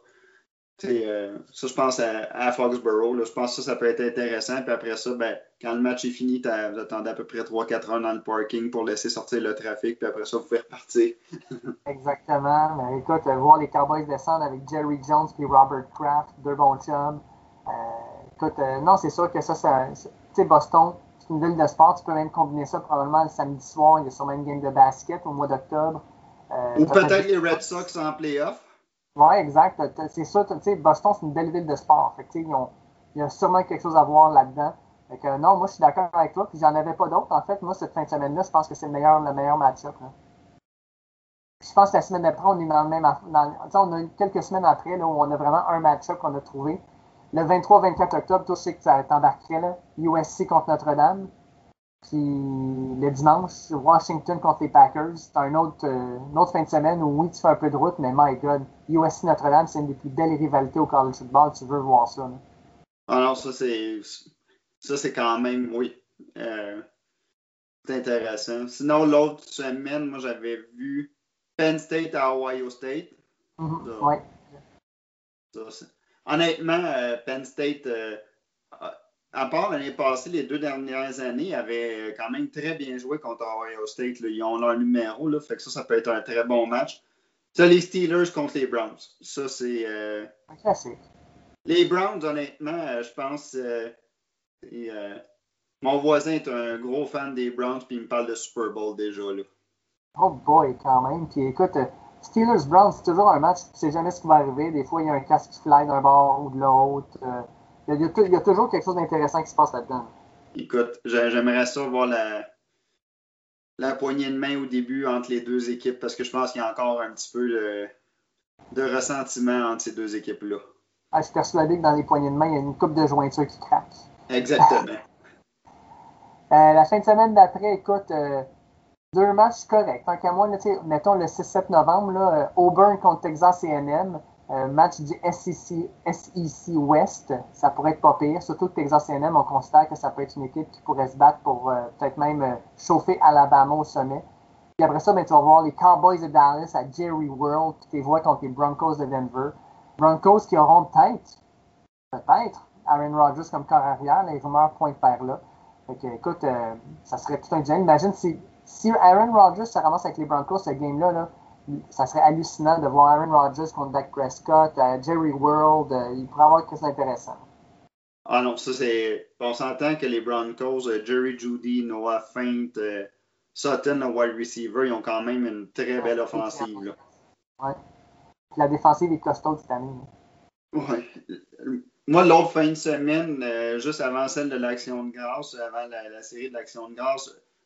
je pense à Foxborough, là, je pense que ça peut être intéressant. Puis après ça, ben, quand le match est fini, vous attendez à peu près 3-4 heures dans le parking pour laisser sortir le trafic, puis après ça, vous pouvez repartir. Exactement. Mais écoute, voir les Cowboys descendre avec Jerry Jones et Robert Kraft, deux bons chums. Écoute, non, c'est sûr que ça, tu sais, Boston, c'est une ville de sport. Tu peux même combiner ça probablement le samedi soir. Il y a sûrement une game de basket au mois d'octobre. Ou peut-être les Red Sox en playoff. Oui, exact. C'est sûr, tu sais, Boston, c'est une belle ville de sport. Fait que, il y a sûrement quelque chose à voir là-dedans. Fait que, non, moi, je suis d'accord avec toi. Puis, j'en avais pas d'autres. En fait, moi, cette fin de semaine-là, je pense que c'est le meilleur match-up. Là. Je pense que la semaine d'après, on est dans le même. On a eu quelques semaines après là, où on a vraiment un match-up qu'on a trouvé. Le 23-24 octobre, toi, je sais que tu t'embarquerais là. USC contre Notre-Dame. Puis le dimanche, Washington contre les Packers. C'est une autre fin de semaine où oui, tu fais un peu de route, mais my God, USC Notre-Dame, c'est une des plus belles rivalités au college football. Tu veux voir ça. Là. Ah non, ça c'est quand même, oui. C'est intéressant. Sinon, l'autre semaine, moi, j'avais vu Penn State à Ohio State. Oui. Honnêtement, Penn State, à part l'année passée, les 2 dernières années, avait quand même très bien joué contre Ohio State. Là. Ils ont leur numéro, là, fait que ça peut être un très bon match. Ça, les Steelers contre les Browns. Ça, c'est. Un classique. Les Browns, honnêtement, je pense. Mon voisin est un gros fan des Browns, puis il me parle de Super Bowl déjà. Là. Oh boy, quand même. Puis écoute, Steelers-Browns, c'est toujours un match, tu sais jamais ce qui va arriver. Des fois, il y a un casque qui fly d'un bord ou de l'autre. Il y a toujours quelque chose d'intéressant qui se passe là-dedans. Écoute, j'aimerais ça voir la poignée de main au début entre les deux équipes parce que je pense qu'il y a encore un petit peu de ressentiment entre ces deux équipes-là. Je suis persuadé que dans les poignées de main, il y a une coupe de jointure qui craque. Exactement. La fin de semaine d'après, écoute, 2 matchs corrects. Tant qu'à moi, là, mettons le 6-7 novembre, là, Auburn contre Texas A&M, match du SEC West, ça pourrait être pas pire. Surtout que Texas A&M, on considère que ça peut être une équipe qui pourrait se battre pour peut-être même chauffer Alabama au sommet. Puis après ça, ben, tu vas voir les Cowboys de Dallas à Jerry World, puis tu vois contre les Broncos de Denver. Broncos qui auront peut-être, Aaron Rodgers comme corps arrière, les rumeurs pointent vers là. Fait que, écoute, ça serait tout un gêne. Imagine si Aaron Rodgers se ramasse avec les Broncos, ce game-là, là, ça serait hallucinant de voir Aaron Rodgers contre Dak Prescott, Jerry World. Il pourrait avoir quelque chose d'intéressant. Ah non, ça c'est. On s'entend que les Broncos, Jerry Jeudy, Noah Fant, Sutton, le wide receiver, ils ont quand même une très belle offensive. Là. Ouais. La défensive est costaud cette année. Ouais. Moi, l'autre fin de semaine, juste avant celle de l'Action de grâce, avant la série de l'Action de grâce,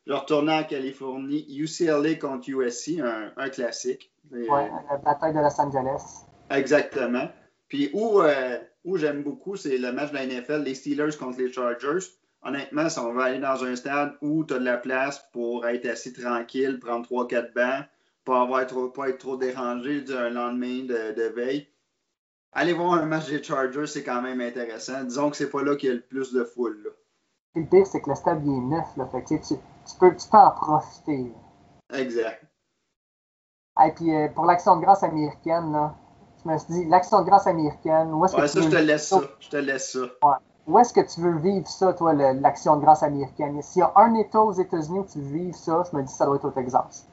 Je retournais en Californie, UCLA contre USC, un classique. Ouais, la bataille de Los Angeles. Exactement. Puis où j'aime beaucoup, c'est le match de la NFL, les Steelers contre les Chargers. Honnêtement, si on va aller dans un stade où tu as de la place pour être assis tranquille, prendre 3-4 bancs, pas être trop dérangé d'un lendemain de veille, aller voir un match des Chargers, c'est quand même intéressant. Disons que c'est pas là qu'il y a le plus de foule. Là. Puis le pire, c'est que le stade il est neuf. Là, fait que, tu peux en profiter. Là. Exact. Et puis pour l'Action de grâce américaine, là, je me suis dit, l'Action de grâce américaine, où est-ce que ça, je te laisse ça. Ouais. Où est-ce que tu veux vivre ça, toi, l'Action de grâce américaine? S'il y a un État aux États-Unis où tu veux vivre ça, je me dis que ça doit être au Texas.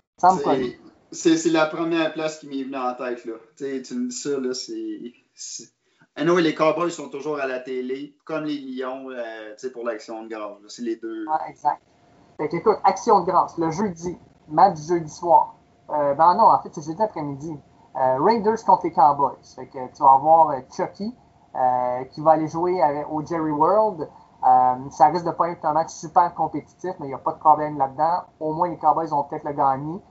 C'est la première place qui m'est venue en tête. Là. Tu me dis ça, là, c'est... Anyway, les Cowboys sont toujours à la télé, comme les Lions pour l'Action de grâce. C'est les deux. Ah, exact. Fait que, écoute, Action de grâce, le jeudi, match du jeudi soir. Ben non, en fait, c'est jeudi après-midi. Raiders contre les Cowboys. Fait que tu vas avoir Chucky qui va aller jouer au Jerry World. Ça risque de pas être un match super compétitif, mais il n'y a pas de problème là-dedans. Au moins, les Cowboys vont peut-être le gagner.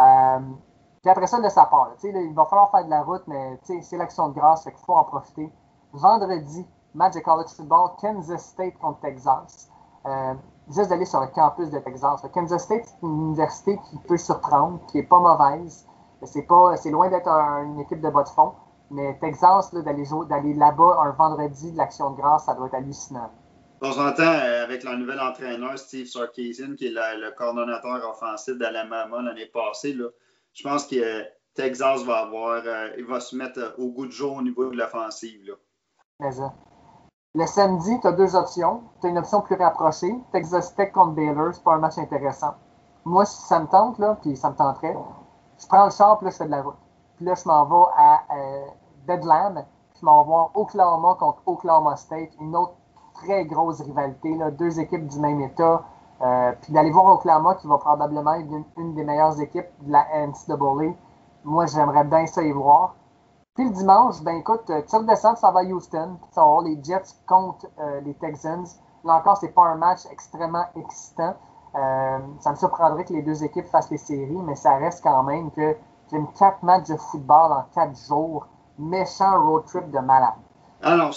Puis après ça, ça part. Là, il va falloir faire de la route, mais c'est l'Action de grâce, fait qu'il faut en profiter. Vendredi, match de college football, Kansas State contre Texas. Juste d'aller sur le campus de Texas. Kansas State, c'est une université qui peut surprendre, qui n'est pas mauvaise. C'est loin d'être une équipe de bas de fond. Mais Texas, là, d'aller là-bas un vendredi de l'Action de grâce, ça doit être hallucinant. On s'entend avec le nouvel entraîneur Steve Sarkisian, qui est le coordonnateur offensif d'Alabama l'année passée. Là. Je pense que Texas il va se mettre au goût de jour au niveau de l'offensive. Là. Mais ça. Le samedi, tu as deux options. Tu as une option plus rapprochée. Texas Tech contre Baylor, c'est pas un match intéressant. Moi, si ça me tente, là, puis ça me tenterait, je prends le char, puis là, je fais de la route. Puis là, je m'en vais à Bedlam, puis je m'en vais voir Oklahoma contre Oklahoma State, une autre très grosse rivalité, là, deux équipes du même état. Puis d'aller voir Oklahoma, qui va probablement être une des meilleures équipes de la NCAA. Moi, j'aimerais bien ça y voir. Puis le dimanche, ben écoute, tu redescends, tu s'en vas à Houston, puis tu vas voir les Jets contre les Texans. Là encore, c'est pas un match extrêmement excitant. Ça me surprendrait que les deux équipes fassent les séries, mais ça reste quand même que j'aime 4 matchs de football en 4 jours. Méchant road trip de malade. Ah non,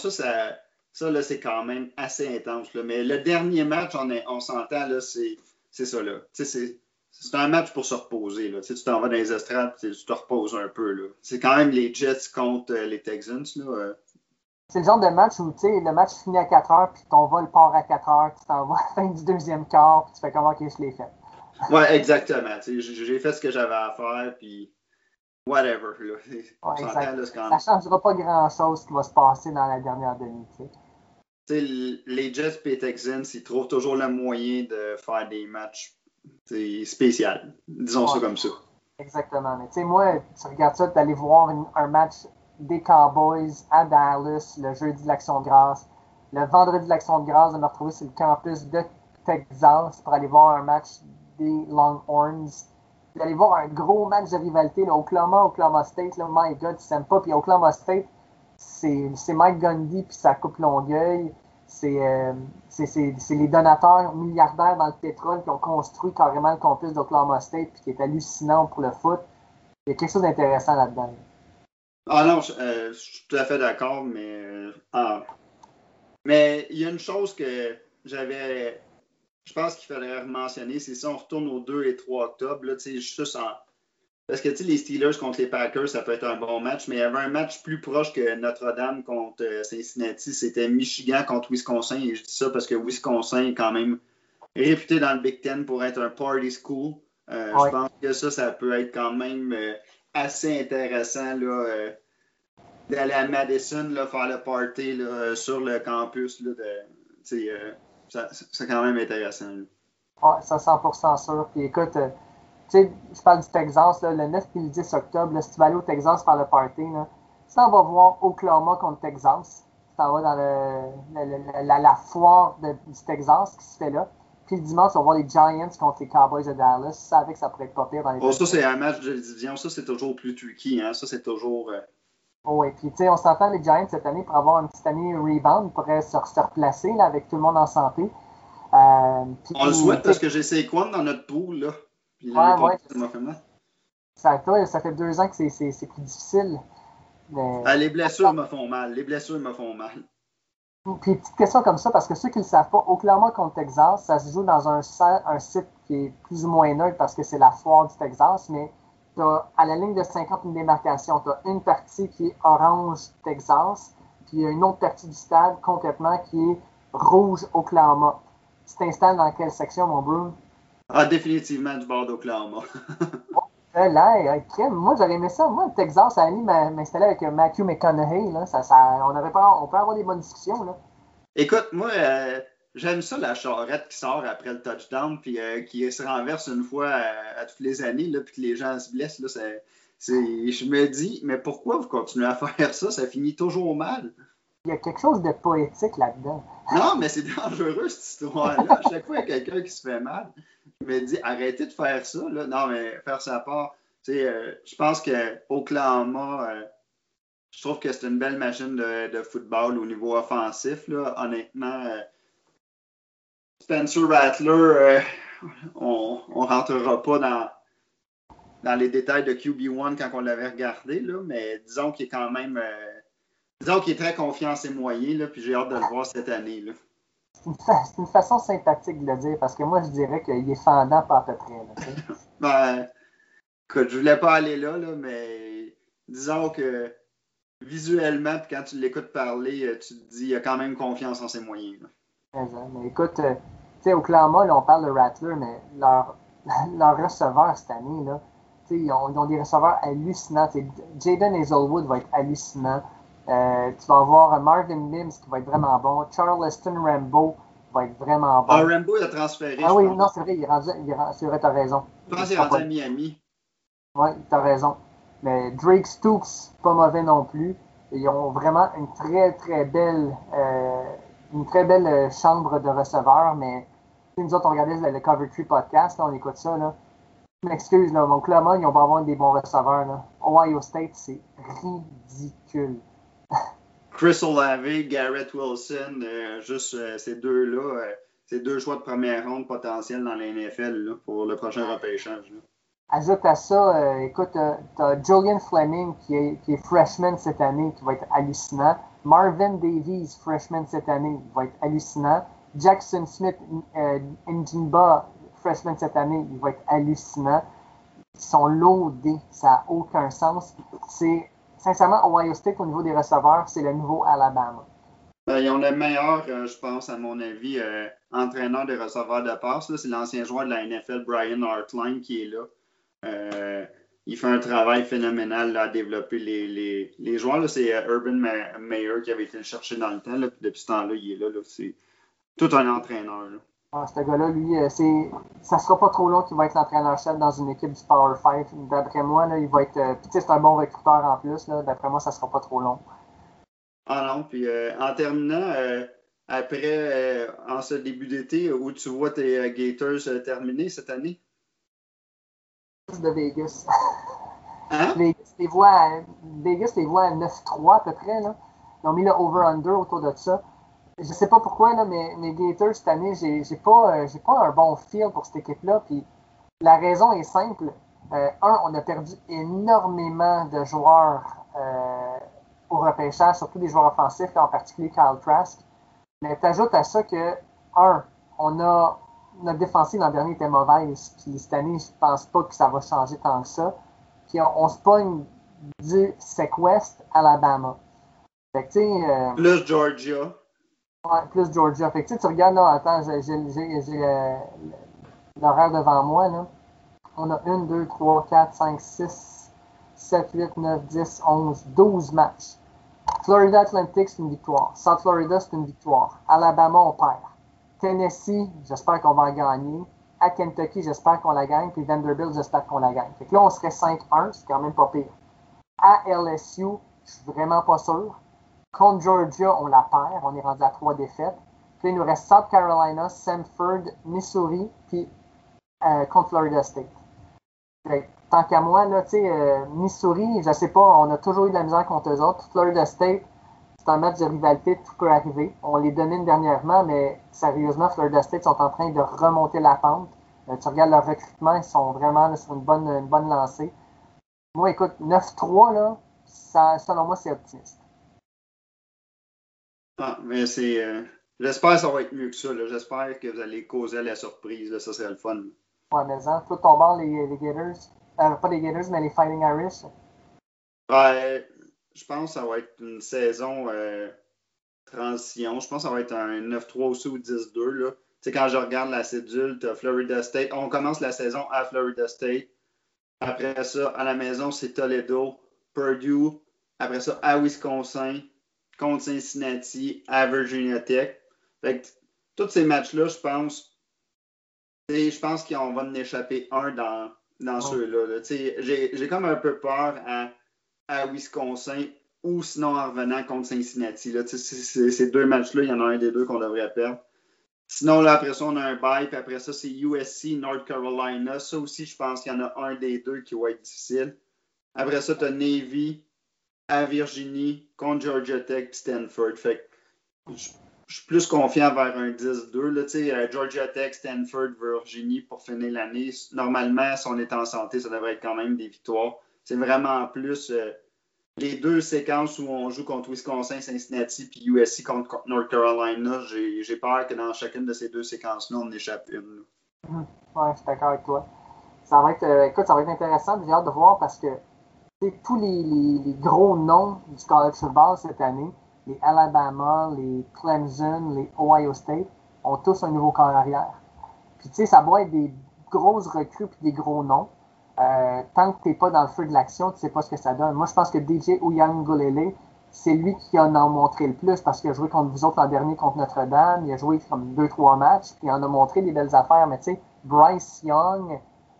ça là, c'est quand même assez intense. Là. Mais le dernier match, on s'entend, là, c'est ça. Là. C'est un match pour se reposer. Là. Tu t'en vas dans les estrades, tu te reposes un peu. Là. C'est quand même les Jets contre les Texans. Là. C'est le genre de match où le match finit à 4 heures, puis ton vol part à 4 heures, tu t'en vas à la fin du deuxième quart, puis tu fais comment que je l'ai fait. Ouais, exactement. J'ai fait ce que j'avais à faire, puis whatever. Là. Ouais, exact. Là, ça ne changera pas grand-chose qui va se passer dans la dernière demi. Les Jets et les Texans, ils trouvent toujours le moyen de faire des matchs spéciaux. Disons ça comme ça. Exactement. Mais moi, tu regardes ça, d'aller voir un match des Cowboys à Dallas le jeudi de l'Action de grâce. Le vendredi de l'Action de grâce, de me retrouver sur le campus de Texas pour aller voir un match des Longhorns. D'aller voir un gros match de rivalité, là, Oklahoma State, là, my God, tu s'aimes pas. Puis Oklahoma State, c'est Mike Gundy puis sa coupe Longueuil. C'est les donateurs milliardaires dans le pétrole qui ont construit carrément le campus d'Oklahoma State puis qui est hallucinant pour le foot. Il y a quelque chose d'intéressant là-dedans. Ah non, je suis tout à fait d'accord, mais il y a une chose que je pense qu'il faudrait mentionner, c'est si on retourne au 2 et 3 octobre, là, parce que les Steelers contre les Packers, ça peut être un bon match, mais il y avait un match plus proche que Notre-Dame contre Cincinnati, c'était Michigan contre Wisconsin, et je dis ça parce que Wisconsin est quand même réputé dans le Big Ten pour être un party school. Je pense que ça peut être quand même assez intéressant là, d'aller à Madison, là, faire le party là, sur le campus. Là, c'est quand même intéressant. Oui, ça 100% sûr. Puis écoute, je parle du Texas, là, le 9 et le 10 octobre, là, si tu vas aller au Texas faire le party, là, tu t'en vas voir Oklahoma contre Texas. Tu t'en vas dans la foire du Texas qui se fait là. Puis le dimanche, on va voir les Giants contre les Cowboys de Dallas. Je savais que ça pourrait être pas pire dans les ça, c'est un match de division. Ça, c'est toujours plus tricky. Hein? Ça, c'est toujours... Oui, puis on s'entend les Giants cette année pour avoir une petite année rebound, ils pourraient se replacer là, avec tout le monde en santé. On le souhaite parce que j'ai Saquon dans notre pool, là. Puis ouais, ça m'a fait mal. Ça fait 2 ans que c'est plus difficile. Mais... les blessures me font mal. Les blessures me font mal. Puis, petite question comme ça, parce que ceux qui ne le savent pas, Oklahoma contre Texas, ça se joue dans un site qui est plus ou moins neutre parce que c'est la foire du Texas, mais tu as à la ligne de 50 une démarcation. Tu as une partie qui est orange Texas, puis il y a une autre partie du stade complètement qui est rouge Oklahoma. Tu t'installes dans quelle section, mon Bruce? Ah, définitivement du bord d'Oklahoma. Là, moi, j'aurais aimé ça. Moi, le Texas, à la limite, m'installer avec Matthew McConaughey. Là, on peut avoir des bonnes discussions. Là. Écoute, moi, j'aime ça, la charrette qui sort après le touchdown, puis qui se renverse une fois à toutes les années, là, puis que les gens se blessent. Là, je me dis, mais pourquoi vous continuez à faire ça? Ça finit toujours mal. Il y a quelque chose de poétique là-dedans. Non, mais c'est dangereux, cette histoire-là. À chaque fois, il y a quelqu'un qui se fait mal. Je me dis, arrêtez de faire ça. Là. Non, mais faire sa part. Je pense qu'Oklahoma, je trouve que c'est une belle machine de football au niveau offensif. Là. Honnêtement, Spencer Rattler, on ne rentrera pas dans les détails de QB1 quand on l'avait regardé, là, mais disons qu'il est quand même... disons qu'il est très confiant en ses moyens, là, puis j'ai hâte de le voir cette année. Là. C'est une façon sympathique de le dire, parce que moi, je dirais qu'il est fendant pas à peu près. Là, ben, écoute, je voulais pas aller là, mais disons que visuellement, puis quand tu l'écoutes parler, tu te dis qu'il a quand même confiance en ses moyens. Là. Mais écoute, tu sais, Oklahoma, là, on parle de Rattler, mais leur receveur cette année, là, ils ont des receveurs hallucinants. Jaden Hazelwood va être hallucinant. Tu vas avoir Marvin Mims qui va être vraiment bon. Charleston Rambo va être vraiment bon. Ah, Rambo, il a transféré. Ah oui, non, c'est vrai, c'est vrai, t'as raison. Je pense qu'il est rendu à Miami. Oui, t'as raison. Mais Drake Stoops, pas mauvais non plus. Ils ont vraiment une très, très belle chambre de receveurs. Mais nous autres, on regardait le Cover 3 podcast, là, on écoute ça. Là. Je m'excuse, là, mon Oklahoma, ils vont pas avoir des bons receveurs. Là. Ohio State, c'est ridicule. Chris Olave, Garrett Wilson, ces deux-là, c'est 2 choix de première ronde potentiels dans la NFL là, pour le prochain repêchage. Là. Ajoute à ça, écoute, t'as Julian Fleming qui est freshman cette année, qui va être hallucinant. Marvin Davies, freshman cette année, va être hallucinant. Jackson Smith Njimba, freshman cette année, il va être hallucinant. Ils sont loadés, ça n'a aucun sens. Sincèrement, Ohio State, au niveau des receveurs, c'est le nouveau Alabama. Ils ont le meilleur, je pense, à mon avis, entraîneur des receveurs de passe. Là, c'est l'ancien joueur de la NFL, Brian Hartline, qui est là. Il fait un travail phénoménal là, à développer les joueurs. Là, c'est Urban Meyer qui avait été le chercher dans le temps. Là, puis depuis ce temps-là, il est là. C'est tout un entraîneur. Là. Ah, ce gars-là, lui, ça sera pas trop long qu'il va être l'entraîneur-chef dans une équipe du Power 5. D'après moi, là, il va être. C'est un bon recruteur en plus. Là, d'après moi, ça sera pas trop long. Ah non, puis en terminant, après, en ce début d'été, où tu vois tes Gators terminer cette année? De Vegas. Hein? Vegas les voit à 9-3 à peu près. Là. Ils ont mis le over-under autour de ça. Je sais pas pourquoi, là, mais mes Gators cette année, j'ai pas un bon feel pour cette équipe-là. Puis la raison est simple. On a perdu énormément de joueurs au repêchage, surtout des joueurs offensifs, en particulier Kyle Trask. Mais t'ajoutes à ça que, notre défensive l'an dernier était mauvaise. Puis cette année, je pense pas que ça va changer tant que ça. Puis on se pogne du Sequest Alabama. Fait que, plus Georgia. Ouais, plus Georgia. Fait que tu regardes, là, attends, j'ai l'horaire devant moi, là. On a 1, 2, 3, 4, 5, 6, 7, 8, 9, 10, 11, 12 matchs. Florida Atlantic, c'est une victoire. South Florida, c'est une victoire. Alabama, on perd. Tennessee, j'espère qu'on va en gagner. À Kentucky, j'espère qu'on la gagne. Puis Vanderbilt, j'espère qu'on la gagne. Fait que là, on serait 5-1, c'est quand même pas pire. À LSU, je suis vraiment pas sûr. Contre Georgia, on la perd. On est rendu à 3 défaites. Puis il nous reste South Carolina, Samford, Missouri, puis contre Florida State. Tant qu'à moi, là, Missouri, je sais pas, on a toujours eu de la misère contre eux autres. Florida State, c'est un match de rivalité, tout peut arriver. On les domine dernièrement, mais sérieusement, Florida State sont en train de remonter la pente. Tu regardes leur recrutement, ils sont vraiment là, sur une bonne lancée. Moi, écoute, 9-3, là, selon moi, c'est optimiste. Ah, mais j'espère que ça va être mieux que ça. Là. J'espère que vous allez causer la surprise. Là. Ça serait le fun. Ouais, mais toi, ton bord, les Gators, pas les Gators, mais les Fighting Irish. Ouais, je pense que ça va être une saison transition. Je pense que ça va être un 9-3 aussi ou 10-2. Là. Tu sais, quand je regarde la cédule, tu as Florida State. On commence la saison à Florida State. Après ça, à la maison, c'est Toledo, Purdue. Après ça, à Wisconsin, contre Cincinnati, à Virginia Tech. Fait que tous ces matchs-là, je pense qu'on va en échapper un dans ceux-là. Là. J'ai comme un peu peur à Wisconsin ou sinon en revenant contre Cincinnati. Là. Ces deux matchs-là, il y en a un des deux qu'on devrait perdre. Sinon, là, après ça, on a un bye, puis après ça, c'est USC, North Carolina. Ça aussi, je pense qu'il y en a un des deux qui va être difficile. Après ça, tu as Navy à Virginie contre Georgia Tech puis Stanford. Fait que je suis plus confiant vers un 10-2. Là, Georgia Tech, Stanford, Virginie pour finir l'année. Normalement, si on est en santé, ça devrait être quand même des victoires. C'est vraiment plus les deux séquences où on joue contre Wisconsin, Cincinnati puis USC contre North Carolina. J'ai peur que dans chacune de ces deux séquences-là, on échappe une. Ouais, je suis d'accord avec toi. Ça va être intéressant. J'ai hâte de voir parce que tous les gros noms du college football cette année, les Alabama, les Clemson, les Ohio State, ont tous un nouveau corps arrière. Puis tu sais, ça doit être des grosses recrues puis des gros noms. Tant que tu n'es pas dans le feu de l'action, tu ne sais pas ce que ça donne. Moi, je pense que DJ Uiagalelei, c'est lui qui en a montré le plus parce qu'il a joué contre vous autres l'an dernier contre Notre-Dame. Il a joué comme 2-3 matchs, puis il en a montré des belles affaires. Mais tu sais, Bryce Young,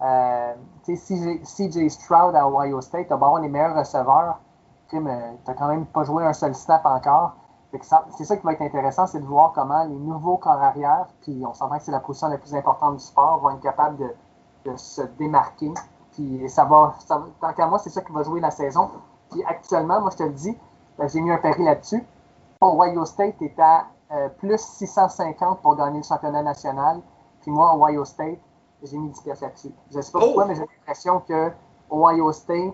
CJ Stroud à Ohio State, tu vas avoir les meilleurs receveurs. Tu n'as quand même pas joué un seul snap encore. C'est ça qui va être intéressant, c'est de voir comment les nouveaux corps arrière, puis on s'entend que c'est la position la plus importante du sport, vont être capables de se démarquer. Puis tant qu'à moi, c'est ça qui va jouer la saison. Puis actuellement, moi je te le dis, j'ai mis un pari là-dessus. Ohio State est à plus 650 pour gagner le championnat national. Puis moi, Ohio State, j'ai mis 10 pièces là-dessus. Je ne sais pas pourquoi, mais j'ai l'impression que Ohio State,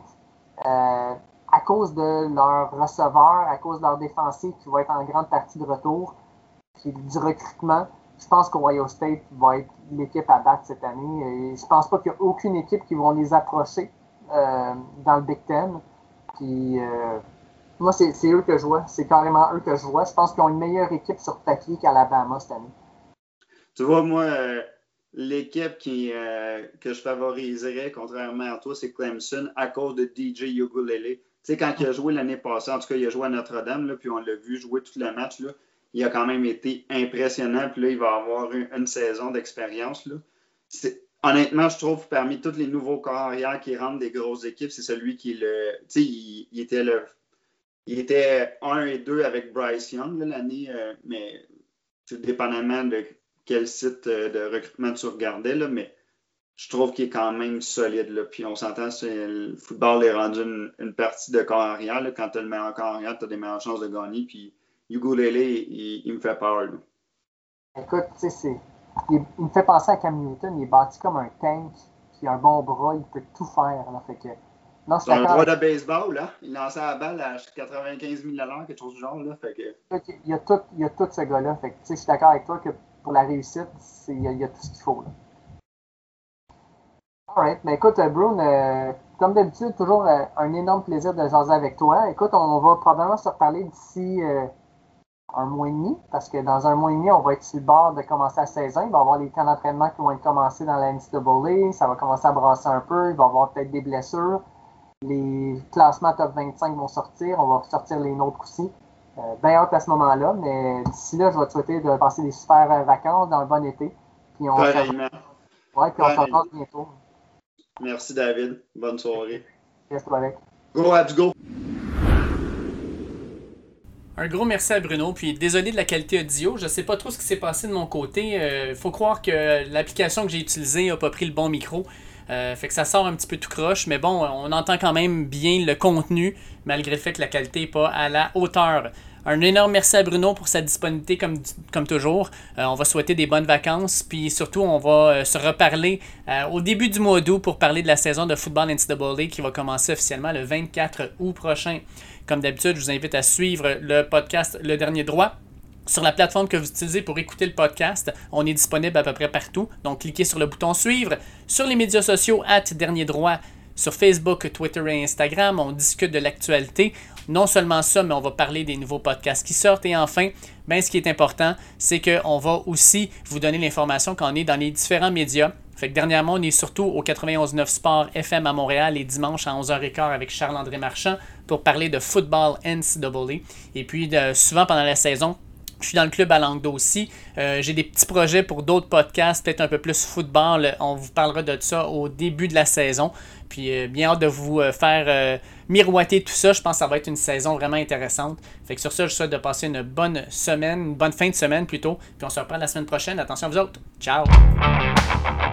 à cause de leur receveur, à cause de leur défensive qui va être en grande partie de retour, puis du recrutement, je pense qu'Ohio State va être l'équipe à battre cette année. Et je pense pas qu'il y a aucune équipe qui va les approcher dans le Big Ten. Puis moi, c'est eux que je vois. C'est carrément eux que je vois. Je pense qu'ils ont une meilleure équipe sur papier qu'Alabama cette année. Tu vois, moi, l'équipe que je favoriserais, contrairement à toi, c'est Clemson à cause de DJ Uiagalelei. Tu sais, quand il a joué l'année passée, en tout cas, il a joué à Notre-Dame, là, puis on l'a vu jouer tout le match, là. Il a quand même été impressionnant. Puis là, il va avoir une saison d'expérience. Là. Honnêtement, je trouve parmi tous les nouveaux corps arrière qui rentrent des grosses équipes, c'est celui qui est le. Tu sais, il était 1 et 2 avec Bryce Young là, l'année, mais tout dépendamment de quel site de recrutement tu regardais, là, mais je trouve qu'il est quand même solide. Là. Puis on s'entend, le football est rendu une partie de corps arrière. Là. Quand tu as le meilleur corps arrière, tu as des meilleures chances de gagner. Puis Uiagalelei, il me fait peur. Là. Écoute, tu sais, il me fait penser à Cam Newton. Il est bâti comme un tank, puis un bon bras, il peut tout faire. Là, fait que, non, c'est un bras de baseball, là. Il lançait la balle à 95 000 $, quelque chose du genre. Là, fait que... il y a tout ce gars-là. Fait que, je suis d'accord avec toi que pour la réussite, il y a tout ce qu'il faut. Là. Alright, mais écoute, Brune, comme d'habitude, toujours un énorme plaisir de jaser avec toi. Écoute, on va probablement se reparler d'ici un mois et demi, parce que dans un mois et demi, on va être sur le bord de commencer la saison. Il va y avoir les camps d'entraînement qui vont être commencés dans la NCAA. Ça va commencer à brasser un peu. Il va y avoir peut-être des blessures. Les classements top 25 vont sortir. On va sortir les nôtres aussi. Bien hâte à ce moment-là, mais d'ici là, je vais te souhaiter de passer des super vacances dans le bon été. Puis on se revoit bientôt. Merci David. Bonne soirée. Reste-toi avec. Go Habs go! Un gros merci à Bruno, puis désolé de la qualité audio, je sais pas trop ce qui s'est passé de mon côté. Faut croire que l'application que j'ai utilisée a pas pris le bon micro. Fait que ça sort un petit peu tout croche, mais bon, on entend quand même bien le contenu, malgré le fait que la qualité n'est pas à la hauteur. Un énorme merci à Bruno pour sa disponibilité comme toujours. On va souhaiter des bonnes vacances. Puis surtout, on va se reparler au début du mois d'août pour parler de la saison de football NCAA qui va commencer officiellement le 24 août prochain. Comme d'habitude, je vous invite à suivre le podcast Le Dernier Droit. Sur la plateforme que vous utilisez pour écouter le podcast, on est disponible à peu près partout. Donc, cliquez sur le bouton suivre. Sur les médias sociaux, @Dernier Droit, sur Facebook, Twitter et Instagram, on discute de l'actualité. Non seulement ça, mais on va parler des nouveaux podcasts qui sortent. Et enfin, ce qui est important, c'est qu'on va aussi vous donner l'information quand on est dans les différents médias. Fait que dernièrement, on est surtout au 91.9 Sport FM à Montréal les dimanches à 11h15 avec Charles-André Marchand pour parler de football NCAA. Et puis, souvent pendant la saison, je suis dans le club à Languedoc aussi. J'ai des petits projets pour d'autres podcasts, peut-être un peu plus football. On vous parlera de ça au début de la saison. Puis bien hâte de vous faire miroiter tout ça. Je pense que ça va être une saison vraiment intéressante. Fait que sur ça, je souhaite de passer une bonne semaine, une bonne fin de semaine plutôt. Puis on se reprend la semaine prochaine. Attention à vous autres. Ciao!